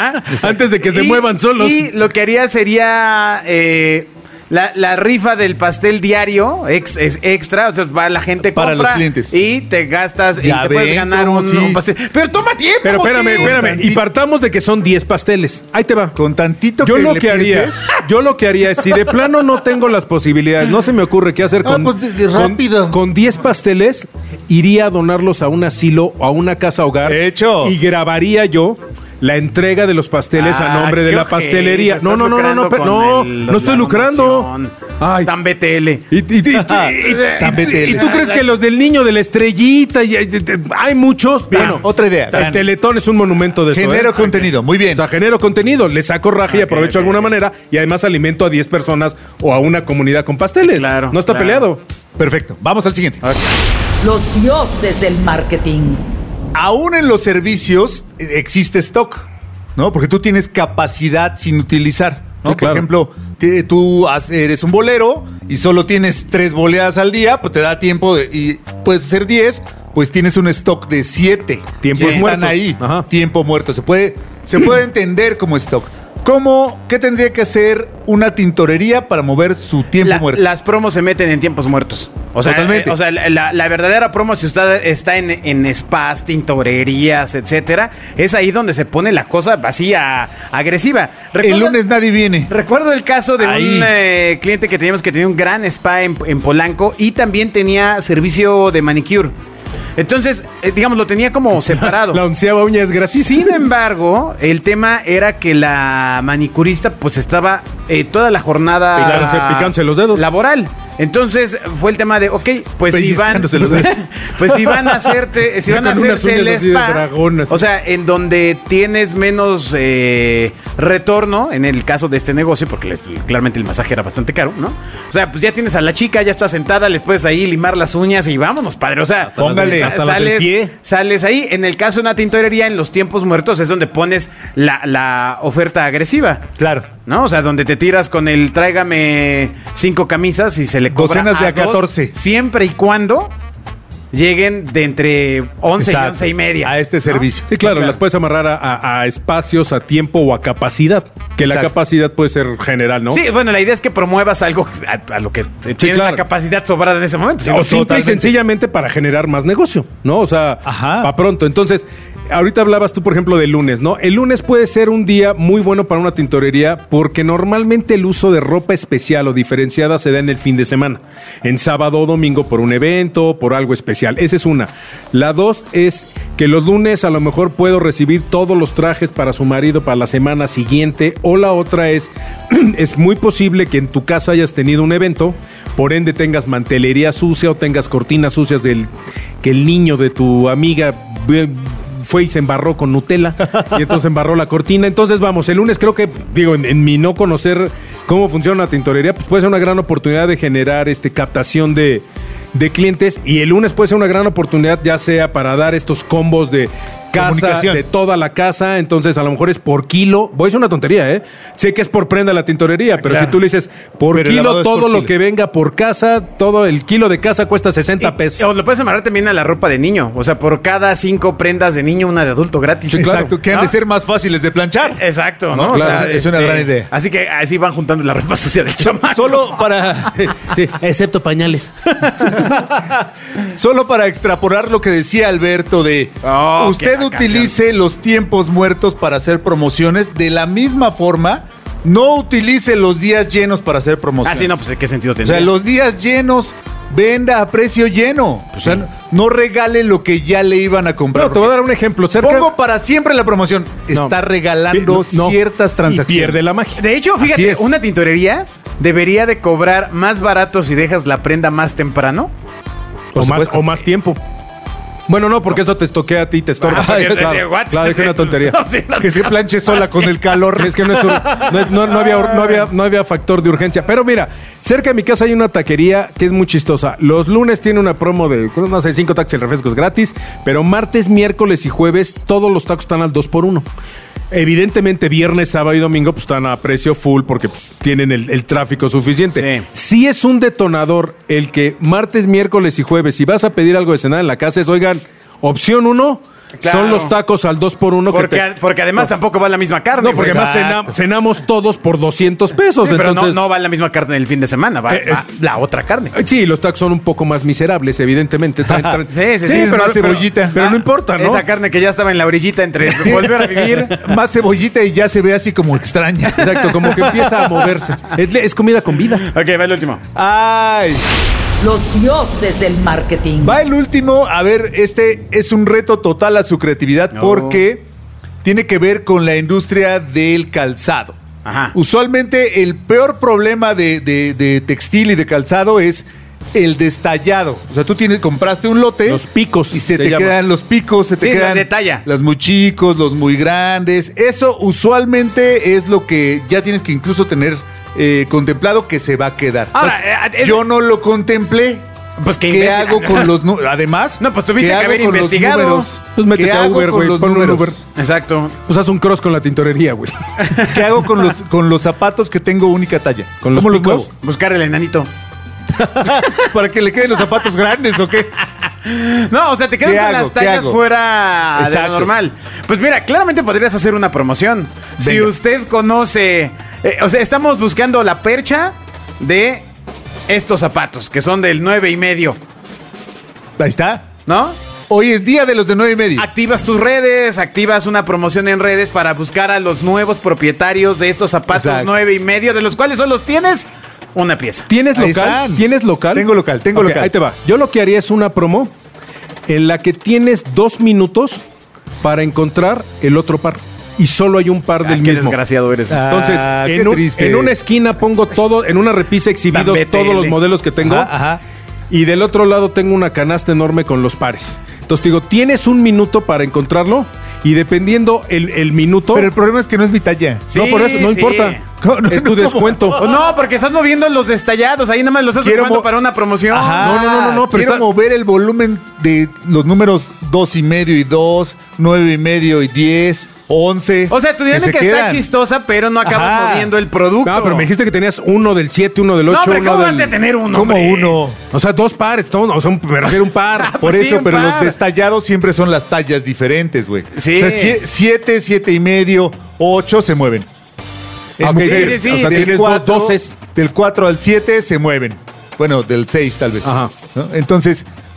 E: Antes de que se
C: Y-
E: muevan solos.
C: Y lo que haría sería eh, la, la rifa del pastel diario ex, es extra. O sea, va la gente,
D: Para
C: compra
D: los clientes.
C: y te gastas y
D: Ya
C: te puedes
D: ven
C: ganar
D: cómo
C: un,
D: sí.
C: un pastel. Pero toma tiempo.
E: Pero espérame,
C: Joaquín.
E: espérame. Y
D: tantito.
E: partamos de que son diez pasteles. Ahí te va.
D: Con tantito
E: Yo
D: que
E: lo
D: le
E: que haría,
D: pienses.
E: yo lo que haría es, si de plano no tengo las posibilidades, no se me ocurre qué hacer
D: Ah,
E: con,
D: pues, de- de
E: con-
D: rápido.
E: con diez pasteles, iría a donarlos a un asilo o a una casa hogar.
D: Hecho.
E: Y grabaría yo la entrega de los pasteles a
C: Ah,
E: nombre de
C: qué
E: la
C: ojete,
E: pastelería.
C: estás
E: No, no, no, no, no,
C: lucrando
E: pe-
C: con
E: no,
C: el-
E: no estoy
C: la
E: lucrando.
C: donación.
E: Ay.
C: Tan B T L.
E: Y, y- y- y- y-
D: Tan B T L.
E: y tú crees que los del niño de la estrellita, y- y- y- hay muchos.
D: Bien,
E: Bueno,
D: otra idea.
E: El
D: Vean.
E: Teletón es un monumento de eso.
D: Genero
E: ¿eh?
D: contenido. Muy bien.
E: O sea, genero contenido, le saco raja y
C: Ok,
E: aprovecho de
C: ok,
E: alguna
C: ok.
E: manera y además alimento a diez personas o a una comunidad con pasteles.
C: Claro,
E: No está
C: claro.
E: peleado.
D: Perfecto. Vamos al siguiente.
B: Los dioses del marketing.
D: Aún en los servicios eh, existe stock, ¿no? Porque tú tienes capacidad sin utilizar, ¿no?
E: Sí, claro.
D: Por ejemplo, te- tú has- eres un bolero y solo tienes tres boleadas al día, pues te da tiempo de- y puedes hacer diez, pues tienes un stock de siete.
E: Tiempos
D: que están
E: muertos.
D: ahí.
E: Ajá.
D: Tiempo muerto. Se puede, se puede entender como stock. ¿Cómo, qué tendría que hacer una tintorería para mover su tiempo
C: La-
D: muerto?
C: Las promos se meten en tiempos muertos. O sea,
D: Totalmente.
C: eh, o sea la, la- la verdadera promo, si usted está en, en spas, tintorerías, etcétera, es ahí donde se pone la cosa así a- agresiva.
D: El
C: ¿Recuerda-
D: lunes nadie viene.
C: Recuerdo el caso de
D: Ahí.
C: un eh, cliente que teníamos que tenía un gran spa en, en Polanco y también tenía servicio de manicure. Entonces, eh, digamos, lo tenía como separado.
E: La onceava uña es gratis.
C: Sin embargo, el tema era que la manicurista pues estaba eh, toda la jornada
E: Picándose- picándose los dedos.
C: laboral. Entonces fue el tema de, ok, pues si van,
D: Pellizcándose los dedos.
C: pues si van a hacerte, si van a
E: Con unas
C: hacerse el
E: uñas así de
C: spa,
E: dragón, así.
C: o sea, en donde tienes menos eh, retorno, en el caso de este negocio, porque les- claramente el masaje era bastante caro, ¿no? O sea, pues ya tienes a la chica, ya está sentada, le puedes ahí limar las uñas y vámonos, padre. O sea,
D: Póngale.
C: sa-
E: Hasta las del
C: sales,
E: pie.
C: sales ahí. En el caso de una tintorería, en los tiempos muertos es donde pones la, la oferta agresiva.
D: Claro.
C: ¿No? O sea, donde te tiras con el tráigame cinco camisas y se le cobra
D: Docenas de
C: a
D: a
C: dos,
D: catorce.
C: siempre y cuando lleguen de entre once
D: Exacto.
C: y once y media.
D: A este
C: ¿no?
D: servicio.
E: Sí, claro, las puedes amarrar a, a- a espacios, a tiempo o a capacidad. Que la
D: Exacto.
E: capacidad puede ser general, ¿no?
C: Sí, bueno, la idea es que promuevas algo a, a lo que tienes
E: claro.
C: la capacidad sobrada en ese momento.
E: O simple y
D: Totalmente.
E: sencillamente para generar más negocio, ¿no? O sea,
D: Ajá.
E: para pronto. Entonces, ahorita hablabas tú, por ejemplo, del lunes, ¿no? El lunes puede ser un día muy bueno para una tintorería porque normalmente el uso de ropa especial o diferenciada se da en el fin de semana. En sábado o domingo por un evento, por algo especial. Esa es una. La dos es que los lunes a lo mejor puedo recibir todos los trajes para su marido para la semana siguiente. O la otra es, es muy posible que en tu casa hayas tenido un evento, por ende tengas mantelería sucia o tengas cortinas sucias del que el niño de tu amiga fue y se embarró con Nutella y entonces embarró la cortina. Entonces vamos, el lunes creo que, digo, en, en mi no conocer cómo funciona la tintorería, pues puede ser una gran oportunidad de generar este captación de, de clientes, y el lunes puede ser una gran oportunidad ya sea para dar estos combos de casa, de toda la casa. Entonces a lo mejor es por kilo. Voy a decir una tontería, ¿eh? Sé que es por prenda la tintorería, pero claro, si tú le dices por pero kilo todo por lo kilo. Que venga por casa, todo el kilo de casa cuesta sesenta pesos.
C: O lo puedes amarrar también a la ropa de niño. O sea, por cada cinco prendas de niño, una de adulto gratis.
D: Sí,
C: claro.
D: Exacto, que han
C: ¿no?
D: de ser más fáciles de planchar.
C: Exacto, ¿no?
D: ¿no? Claro, o sea, es este, una gran idea.
C: Así que así van juntando la ropa sucia del chamaco.
D: Solo para...
E: sí, excepto pañales.
D: Solo para extrapolar lo que decía Alberto de... Oh, usted utilice los tiempos muertos para hacer promociones. De la misma forma, no utilice los días llenos para hacer promociones.
C: Ah, sí, no, pues ¿qué sentido tendría?
D: O sea, los días llenos, venda a precio lleno. Pues o sea, sí. no regale lo que ya le iban a comprar.
E: No, te voy a dar un ejemplo. Cerca...
D: Pongo para siempre la promoción. No. Está regalando no, ciertas transacciones.
E: Y pierde la magia.
C: De hecho, fíjate, una tintorería debería de cobrar más barato si dejas la prenda más temprano.
E: O más, o más tiempo. Bueno, no, porque no. eso te estoquea a ti, te estorba. Ah, claro, claro, dije una tontería.
D: No, sí, no, que se planche sola con el calor.
E: Es que no, es un, no, no, no, había, no, había, no había factor de urgencia. Pero mira, cerca de mi casa hay una taquería que es muy chistosa. Los lunes tiene una promo de, no sé, cinco tacos y refrescos gratis, pero martes, miércoles y jueves todos los tacos están al dos por uno. Evidentemente, viernes, sábado y domingo pues están a precio full porque pues, tienen el, el tráfico suficiente. Sí. Si es un detonador el que martes, miércoles y jueves, si vas a pedir algo de cenar en la casa, es, oigan, opción uno, claro, son los tacos al dos por uno.
C: Porque,
E: que te...
C: porque además no. tampoco va la misma carne.
E: No, porque además cena, cenamos todos por doscientos pesos.
C: Sí, pero
E: entonces...
C: no, no va la misma carne el fin de semana, va, eh, va es... la otra carne.
E: Sí, los tacos son un poco más miserables, evidentemente. Traen, traen...
C: sí, sí, sí,
D: sí,
C: pero
D: más cebollita.
E: Pero, pero ah, no importa, ¿no?
C: Esa carne que ya estaba en la orillita entre volver a vivir.
D: Más cebollita y ya se ve así como extraña.
E: Exacto, como que empieza a moverse. Es, es comida con vida.
C: Ok, va el último.
D: Ay...
B: Los dioses del marketing.
D: Va el último. A ver, este es un reto total a su creatividad no. porque tiene que ver con la industria del calzado.
C: Ajá.
D: Usualmente el peor problema de, de, de textil y de calzado es el destallado. O sea, tú tienes, compraste un lote.
E: Los picos.
D: Y se, se te llama. quedan los picos, se te
C: sí,
D: quedan
C: de talla.
D: Los muy chicos, los muy grandes. Eso usualmente es lo que ya tienes que incluso tener Eh, contemplado que se va a quedar.
C: Ahora,
D: pues, eh, yo no lo contemplé.
C: Pues que
D: ¿Qué hago con los números? Además,
C: no, pues tuviste que haber investigado.
E: Pues métete a Uber, güey. Pon un Uber.
C: Exacto.
E: Pues haz un cross con la tintorería, güey.
D: ¿Qué hago con los, con los zapatos que tengo única talla?
E: ¿Con los
D: ¿Cómo
E: picos?
D: los muevo?
C: Buscar el enanito.
D: ¿Para que le queden los zapatos grandes o qué?
C: No, o sea, te quedas con hago? las tallas fuera Exacto. de lo normal. Pues mira, claramente podrías hacer una promoción. Venga. Si usted conoce... Eh, o sea, estamos buscando la percha de estos zapatos, que son del nueve y medio.
D: Ahí está.
C: ¿No?
D: Hoy es día de los de nueve y medio.
C: Activas tus redes, activas una promoción en redes para buscar a los nuevos propietarios de estos zapatos Exacto. nueve y medio, de los cuales solo tienes una pieza.
E: ¿Tienes local? Están. ¿Tienes local?
D: Tengo local, tengo okay, local.
E: Ahí te va. Yo lo que haría es una promo en la que tienes dos minutos para encontrar el otro par. Y solo hay un par del
C: ah, qué
E: mismo.
C: Desgraciado eres.
E: Entonces,
D: ah,
E: en, un, en una esquina pongo todo, en una repisa exhibidos todos los modelos que tengo.
D: Ajá, ajá.
E: Y del otro lado tengo una canasta enorme con los pares. Entonces digo, tienes un minuto para encontrarlo. Y dependiendo el, el minuto...
D: Pero el problema es que no es mi talla.
E: Sí, no, por eso, no sí. importa.
D: No, no,
E: es tu
D: no,
E: descuento.
C: Oh, no, porque estás moviendo los destallados. Ahí nada más los estás
D: Quiero
C: ocupando
D: mo-
C: para una promoción.
D: Ajá.
E: No, no, no, no, no.
D: Pero Quiero está... mover el volumen de los números dos y medio y dos, nueve y medio y diez, once.
C: O sea, tu dinámica que está chistosa, pero no acabas Ajá. moviendo el producto.
E: No, pero me dijiste que tenías uno del siete, uno del ocho.
C: No, pero
E: uno
C: ¿cómo
E: del...
C: vas a tener uno?
D: ¿Cómo
C: hombre?
D: uno?
E: O sea, dos pares. Todo, o sea, me refiero a un par.
C: Ah,
D: Por
C: pues
D: eso,
C: sí,
D: pero
C: par.
D: los destallados siempre son las tallas diferentes, güey.
C: Sí.
D: O sea, sie- siete, siete y medio, ocho se mueven. En
E: Ok,
D: mujer,
E: sí, sí,
D: o sea,
E: sí.
D: del
E: Tienes
D: cuatro,
E: dos doces.
D: Del cuatro al siete se mueven. Bueno, del seis tal vez.
E: Ajá.
D: ¿no? Entonces,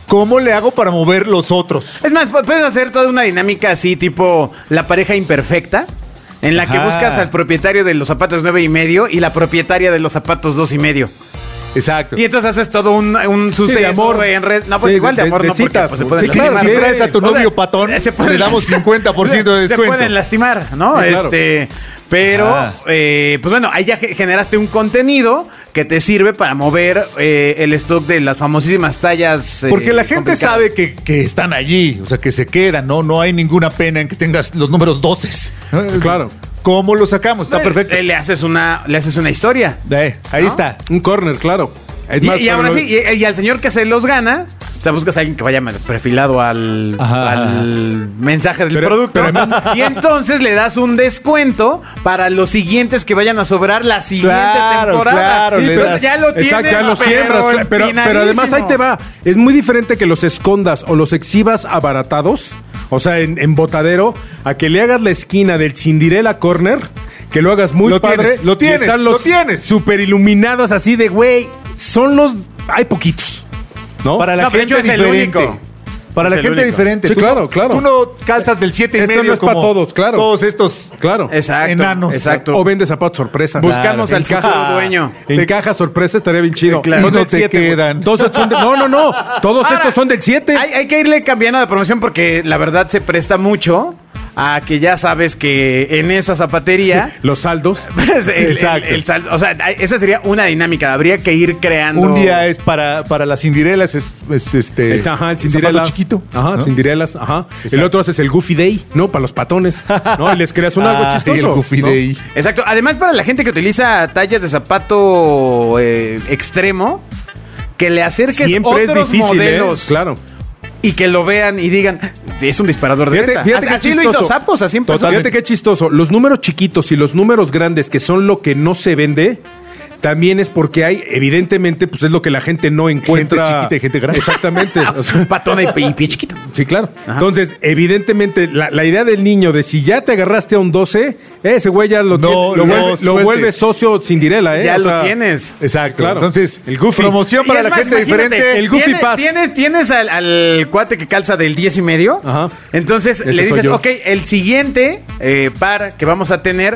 D: ¿Cómo le hago para mover los otros?
C: Es más, pu- puedes hacer toda una dinámica así, tipo la pareja imperfecta, en la que
D: Ajá.
C: buscas al propietario de los zapatos nueve y medio y la propietaria de los zapatos dos y medio.
D: Exacto.
C: Y entonces haces todo un, un suceso
E: de amor.
C: en red. No, pues
E: Sí,
C: igual de
E: de-
C: amor,
E: de
C: no, porque
E: citas.
C: pues, se pueden
E: Sí,
D: Si,
E: claro,
C: lastimar.
D: si
E: sí.
D: traes a tu
C: O sea,
D: novio patón,
C: se pueden
D: le damos
C: lastimar.
D: cincuenta por ciento de
C: Se
D: descuento.
C: pueden lastimar, ¿no?
E: Sí, claro.
C: Este, pero,
D: Ah.
C: eh, pues bueno, ahí ya ge- generaste un contenido que te sirve para mover eh, el stock de las famosísimas tallas. eh,
D: Porque la gente
C: complicadas.
D: sabe que, que están allí, o sea, que se quedan, ¿no? No hay ninguna pena en que tengas los números doce.
E: Claro.
D: ¿Cómo lo sacamos? Está
C: Eh,
D: perfecto.
C: Le haces una, le haces una historia.
D: Eh, ahí
C: ¿no?
D: está.
E: Un corner, claro. Es
C: Y,
E: más,
C: y ahora
E: pero-
C: sí, y, y al señor que se los gana, o sea, buscas a alguien que vaya perfilado al,
D: Ajá,
C: al mensaje del
E: Pero-
C: producto.
E: pero
C: y entonces le das un descuento para los siguientes que vayan a sobrar la siguiente
D: Claro,
C: temporada.
D: claro,
C: Sí,
D: le
C: pero
D: das-
C: ya lo tienes,
E: Exacto, ya lo
C: pero
E: siembras. claro, Pero, pero además ahí te va. Es muy diferente que los escondas o los exhibas abaratados, o sea, en, en botadero, a que le hagas la esquina del Cinderella Corner, que lo hagas muy
D: Lo
E: padre.
D: tienes, lo
E: y
D: tienes,
E: están
D: lo
E: los
D: tienes.
E: super iluminados así de, güey, son los... Hay poquitos, ¿no?
D: Para la
C: No, pero
D: gente
C: yo es el
D: diferente.
C: único.
D: Para
C: Es
D: la
C: el
D: gente
C: único.
D: diferente.
E: Sí,
D: Tú
E: claro,
D: no-
E: claro.
D: Tú no calzas del siete y
E: Esto
D: medio
E: no es pa'
D: como
E: todos, claro.
D: todos estos.
E: Claro.
C: Exacto.
D: Enanos.
C: Exacto.
E: O vende zapatos sorpresa.
C: Buscamos
E: Claro.
C: al
E: En caja-
C: futuro dueño.
E: En
D: Te-
E: caja sorpresa estaría bien chido.
C: Sí, claro.
E: Son
D: Y no
E: del
D: te
E: siete, güey.
D: quedan.
E: Todos estos son de- No, no, no. Todos
C: Ahora,
E: estos son del siete.
C: Hay, hay que irle cambiando la promoción porque la verdad se presta mucho a que ya sabes que en esa zapatería...
E: Los saldos.
C: pues, el- el-
D: Exacto.
C: el sal- o sea, esa sería una dinámica. Habría que ir creando...
D: Un día es para, para las cindirelas, es, es este.
E: El, ajá, el
D: zapato
E: Cinderella.
D: chiquito.
E: Ajá,
D: ¿no?
E: Cinderelas, ajá. El
D: Exacto.
E: otro haces el Goofy Day, ¿no? Para los patones. ¿No? Y les creas un algo
D: Ah,
E: chistoso.
D: el Goofy
E: ¿no?
D: Day.
C: Exacto. Además, para la gente que utiliza tallas de zapato eh, extremo, que le acerques
E: Siempre es
C: otros
E: difícil,
C: modelos
E: ¿eh? Claro.
C: y que lo vean y digan, es un disparador de
E: Fíjate,
C: venta.
E: fíjate qué
C: Así lo hizo
E: chistoso.
C: Zappos, así empezó.
E: Fíjate qué chistoso. Los números chiquitos y los números grandes, que son lo que no se vende, también es porque hay, evidentemente, pues es lo que la gente no encuentra.
D: Gente chiquita y gente grande.
E: Exactamente. O sea,
C: Patona y pe- y pie chiquito.
E: sí, claro.
C: Ajá.
E: Entonces, evidentemente, la, la idea del niño de si ya te agarraste a un doce, ese güey ya lo,
D: No,
E: tiene- lo,
D: no
E: vuelve, lo
D: sueltes.
E: vuelve socio Cinderella, ¿eh?
C: Ya
E: O
C: lo
E: sea,
C: tienes.
D: Exacto.
E: Claro.
D: Entonces,
E: El Goofy.
D: promoción para
C: Y es
D: la
C: más,
D: gente
C: imagínate,
D: diferente.
E: el Goofy
C: tienes,
E: Pass.
C: Tienes, tienes al, al cuate que calza del diez y medio.
E: Ajá.
C: Entonces
E: Ese
C: le
E: soy
C: dices,
E: yo.
C: ok, el siguiente eh, par que vamos a tener,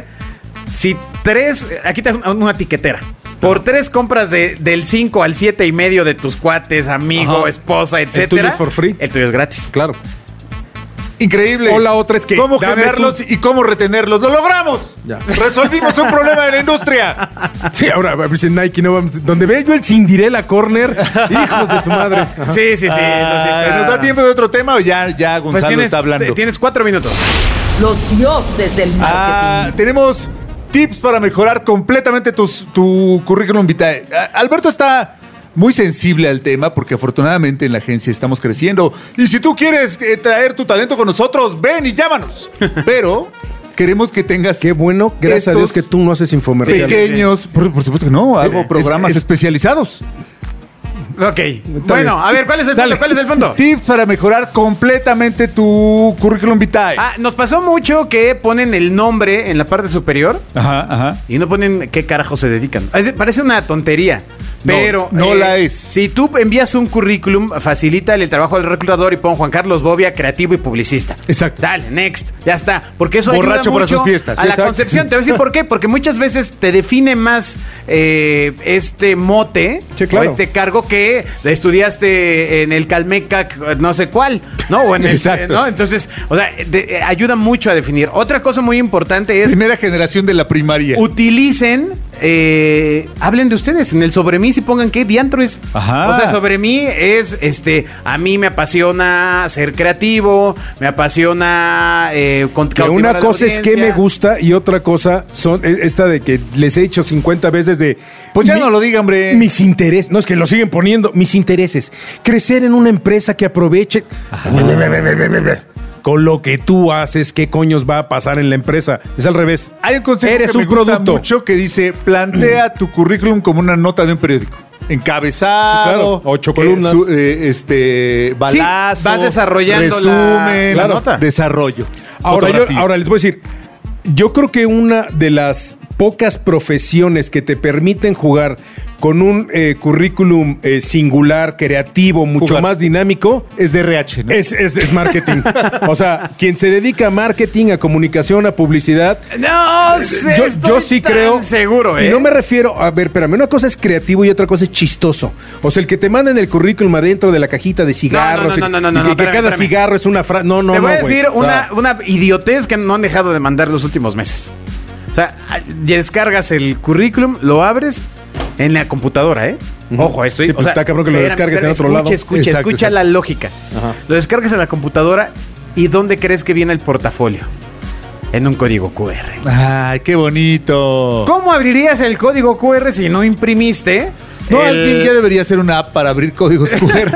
C: si tres, aquí te una, una tiquetera. Por tres compras de, del cinco al siete y medio de tus cuates, amigo,
E: Ajá.
C: esposa,
E: El
C: etcétera.
E: tuyo es for free.
C: El tuyo es gratis.
E: Claro.
D: Increíble.
E: O la otra es que
D: ¿Cómo
E: dame
D: generarlos y cómo retenerlos? ¡Lo logramos!
E: Ya.
D: Resolvimos un problema de la industria.
E: Sí, ahora a ver si Nike no vamos. Donde veo yo el Cinderella Corner, hijos de su madre. Ajá.
C: Sí, sí, sí. eso sí
D: Ay,
C: está-
D: ¿Nos da tiempo de otro tema o ya, ya
C: Pues
D: Gonzalo
C: tienes,
D: está hablando?
C: tienes cuatro minutos.
B: Los dioses del
D: Ah,
B: marketing.
D: tenemos tips para mejorar completamente tus- tu currículum vitae. Ah, Alberto está muy sensible al tema porque afortunadamente en la agencia estamos creciendo. Y si tú quieres eh, traer tu talento con nosotros, ven y llámanos. Pero queremos que tengas
E: Qué bueno, gracias a
D: estos
E: Dios que tú no haces infomerciales.
D: pequeños. Por, por supuesto que no, hago
E: Es-
D: programas
E: es-
D: especializados.
C: Ok. Bueno, a ver, ¿cuál es el
E: Dale.
C: punto? ¿Cuál es el punto?
D: Tips para mejorar completamente tu currículum vitae.
C: Ah, nos pasó mucho que ponen el nombre en la parte superior
D: Ajá, ajá.
C: y no ponen qué carajo se dedican. Es- parece una tontería,
D: No,
C: pero...
D: no la es.
C: Si tú envías un currículum, facilítale el trabajo del reclutador y pon Juan Carlos Bobia, creativo y publicista.
D: Exacto.
C: Dale, next, ya está. Porque eso ayuda
D: Borracho para
C: mucho
D: sus fiestas.
C: a la
E: Exacto.
C: concepción. Te voy a decir por qué. Porque muchas veces te define más eh, este mote
E: Sí, claro.
C: o este cargo que estudiaste en el Calmecac, no sé cuál, ¿no? O en el,
D: Exacto.
C: ¿no? Entonces, o sea, de- ayuda mucho a definir. Otra cosa muy importante es
D: Primera generación de la primaria.
C: utilicen, eh, hablen de ustedes en el sobre mí, si pongan qué diantro es.
D: Ajá.
C: O sea, sobre mí es, este, a mí me apasiona ser creativo, me apasiona eh, con-
E: Que
C: cautivar
E: una
C: a la
E: cosa es que me
C: audiencia.
E: gusta y otra cosa son e- esta de que les he dicho cincuenta veces de...
D: Pues ya
E: mi-
D: no lo diga, hombre.
E: Mis intereses, no es que lo siguen poniendo, mis intereses. Crecer en una empresa que aproveche... Con lo que tú haces, ¿qué coños va a pasar en la empresa? Es al revés.
D: Hay un consejo
E: Eres
D: que me
E: un
D: gusta
E: producto.
D: mucho que dice, plantea tu currículum como una nota de un periódico. Encabezado,
E: Sí, claro. Ocho columnas.
D: eh, su- eh, este, balazo,
C: vas desarrollando la-
D: resumen,
C: la nota.
D: desarrollo.
E: Ahora, yo,
D: fotografía.
E: ahora les voy a decir, yo creo que una de las pocas profesiones que te permiten jugar con un eh, currículum eh, singular, creativo, mucho
D: Jugar.
E: más dinámico,
D: Es de R H, ¿no?
E: es, es, es marketing. O sea, quien se dedica a marketing, a comunicación, a publicidad,
C: No sé,
E: yo,
C: estoy
E: yo sí
C: tan
E: creo.
C: seguro, ¿eh?
E: Y no me refiero, a ver, espérame, una cosa es creativo y otra cosa es chistoso. O sea, el que te manden el currículum adentro de la cajita de cigarros.
C: No, no, no, no,
E: y,
C: no,
E: y
C: no,
E: que
C: espérame,
E: cada
C: espérame.
E: cigarro es una frase. No, no,
C: Te voy
E: no,
C: a
E: güey.
C: decir
E: O sea,
C: una, una idiotez que no han dejado de mandar los últimos meses. O sea, descargas el currículum, lo abres en la computadora, ¿eh?
E: Ujú.
C: Ojo, esto.
E: Sí, pues está cabrón que lo descargues en otro
C: escucha,
E: lado.
C: Escucha,
D: Exacto,
C: escucha
D: exacto.
C: la lógica.
E: Ajá.
C: Lo descargas en la computadora y ¿dónde crees que viene el portafolio? En un código Q R.
D: Ay, qué bonito.
C: ¿Cómo abrirías el código Q R si no imprimiste?
D: No,
C: el-
D: alguien ya debería hacer una app para abrir códigos Q R.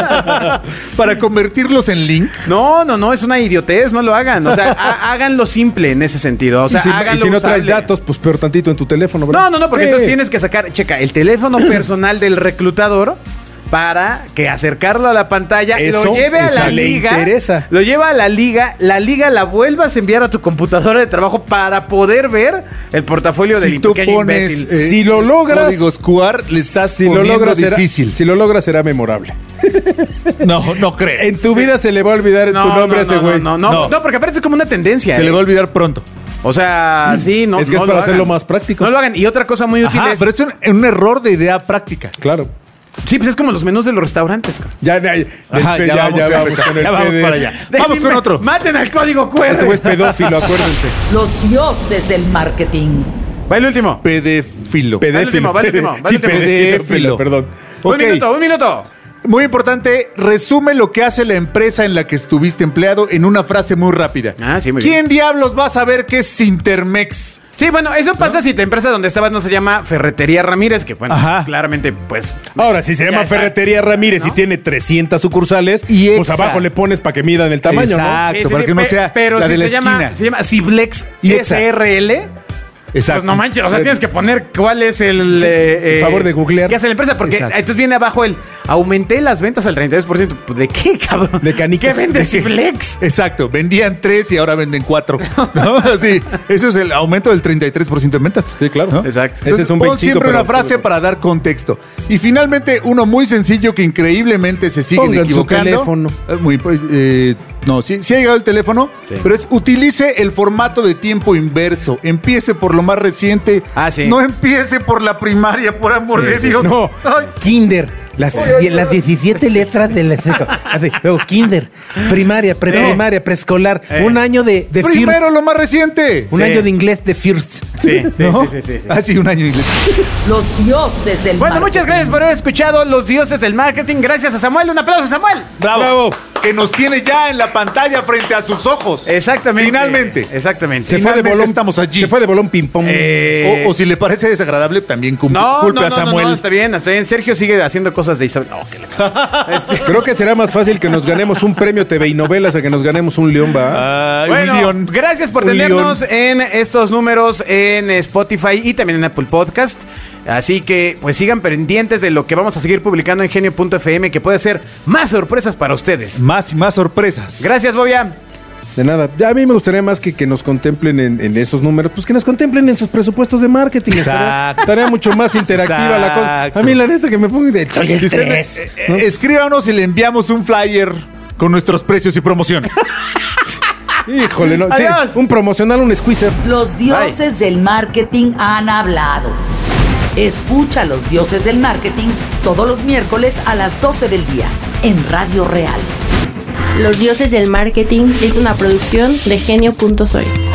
D: Para convertirlos en link.
C: No, no, no, es una idiotez, no lo hagan. O sea, ha- háganlo simple en ese sentido. O sea,
E: y si, y
C: háganlo
E: si no traes
C: usable.
E: datos, pues peor tantito en tu teléfono, ¿verdad?
C: No, no, no, porque
E: Sí.
C: entonces tienes que sacar, checa, el teléfono personal del reclutador para que acercarlo a la pantalla,
E: Eso,
C: lo lleve a la
E: esa le
C: liga,
E: interesa.
C: lo lleva a la liga, la liga la vuelvas a enviar a tu computadora de trabajo para poder ver el portafolio del
D: Si tú
C: pequeño
D: pones
C: imbécil.
D: eh,
E: Si lo logras-
D: códigos Q R, le estás
E: Si lo
D: poniendo
E: logras será,
D: difícil.
E: si lo logras será memorable.
D: No, no creo.
E: En tu vida se le va a olvidar
C: no,
E: tu nombre
C: no,
E: a ese
C: no,
E: güey.
C: no, no, no,
D: No.
C: no, porque aparece como una tendencia.
D: Se
C: ¿eh?
D: le va a olvidar pronto.
C: O sea, sí, no,
E: Es que
C: no
E: es
C: lo
E: para hacerlo
C: hagan.
E: más práctico.
C: No lo hagan. Y otra cosa muy útil
D: Ajá,
C: es...
D: pero es un, un error de idea práctica.
E: Claro.
C: Sí, pues es como los menús de los restaurantes. cabrón.
E: Ya, ya,
D: Ajá,
E: ya,
D: ya vamos a empezar.
E: con el
D: Ya vamos
E: P D.
D: para allá. Vamos con
C: Déjenme-
D: otro.
C: Maten al código Q
E: Este güey es
C: R.
E: pedófilo, acuérdense.
B: Los dioses del marketing.
C: Va el último.
D: Pedefilo.
C: P D. último, va el último, va el
E: Sí,
C: último.
E: pedéfilo, perdón.
C: Un
D: Ok.
C: minuto, un minuto.
D: Muy importante, resume lo que hace la empresa en la que estuviste empleado en una frase muy rápida.
C: Ah, sí, muy
D: ¿Quién diablos va a saber qué es Sintermex?
C: Sí, bueno, eso pasa si tu empresa donde estabas no se llama Ferretería Ramírez, que bueno,
D: Ajá.
C: claramente, pues...
E: Ahora, si se
C: Ya
E: llama
C: está.
E: Ferretería Ramírez
C: ¿No?
E: y tiene trescientas sucursales,
D: Y
E: pues
D: exa.
E: abajo le pones para que midan el tamaño,
D: Exacto. para que no
C: pe-
D: sea
C: pero
D: la
C: si
D: de la
C: se llama,
D: esquina.
C: se llama Ciblex
D: Y exa.
C: S R L.
D: Exacto.
C: Pues no manches, o sea, tienes que poner cuál es el...
E: Sí,
C: eh,
E: por favor de googlear.
C: ¿Qué hace la empresa? Porque
D: Exacto.
C: entonces viene abajo el... Aumenté las ventas al treinta y dos por ciento. Pues, ¿de qué, cabrón?
E: De canicas.
C: ¿Qué vende
D: ¿De qué?
C: Ciblex?
D: Exacto. Vendían tres y ahora venden cuatro. ¿No? Sí. Eso es el aumento del treinta y tres por ciento en ventas.
E: Sí, claro.
D: ¿No?
C: Exacto.
E: Ese
D: Entonces,
E: es un
D: pon
E: veinticinco,
D: siempre una
E: pero-
D: frase para dar contexto. Y finalmente, uno muy sencillo que increíblemente se siguen
E: Pongan su
D: equivocando.
E: teléfono.
D: Eh, Muy, eh, no, sí, sí ha llegado el teléfono,
C: Sí.
D: pero es utilice el formato de tiempo inverso. Empiece por lo más reciente.
C: Ah, sí.
D: No empiece por la primaria, por amor de Dios.
E: No,
D: Ay.
E: Kinder. Las, las diecisiete letras del Así, luego Kinder, primaria, preprimaria, preescolar,
C: Eh.
E: un año de, de
D: Primero
E: First,
D: lo más reciente.
E: un
C: Sí.
E: año de inglés de First.
C: Sí, sí,
D: ¿No?
C: sí, sí, sí, sí.
D: Ah, sí, un año inglés.
B: Los dioses del
C: Bueno,
B: marketing.
C: muchas gracias por haber escuchado Los Dioses del Marketing. Gracias a Samuel. Un aplauso, Samuel.
D: Bravo. Que nos tiene ya en la pantalla frente a sus ojos.
C: Exactamente.
D: Finalmente.
C: Exactamente.
E: Se fue de
D: Finalmente
E: bolón,
D: estamos allí.
E: Se fue de bolón ping pong.
C: Eh,
D: O, o si le parece desagradable, también cum-
C: No,
D: culpe
C: no,
D: a
C: no, no,
D: Samuel.
C: no, está bien, está bien. Sergio sigue haciendo cosas de Isabel. No, que le... Este,
E: Creo que será más fácil que nos ganemos un premio T V y novelas a que nos ganemos un león, ¿va?
D: Ay,
C: bueno,
D: un león.
C: gracias por
E: Un
C: tenernos en estos números en Spotify y también en Apple Podcast. Así que, pues sigan pendientes de lo que vamos a seguir publicando en genio punto f m, que puede ser más sorpresas para ustedes.
D: Más y más sorpresas.
C: Gracias, Bobia.
E: De nada. Ya a mí me gustaría más que, que nos contemplen en, en esos números, pues que nos contemplen en sus presupuestos de marketing. Estaría,
D: Exacto.
E: estaría mucho más interactiva la cosa.
D: Exacto.
E: A mí, la neta, que me pongan de soy el
D: Si usted,
E: tres,
D: eh,
E: ¿no?
D: eh, escríbanos y le enviamos un flyer con nuestros precios y promociones.
E: Híjole, no. Sí,
C: Adiós.
E: un promocional, un squeezer.
B: Los dioses del marketing han hablado. Escucha a los dioses del marketing todos los miércoles a las doce del día en Radio Real.
A: Los dioses del marketing es una producción de genio punto soy.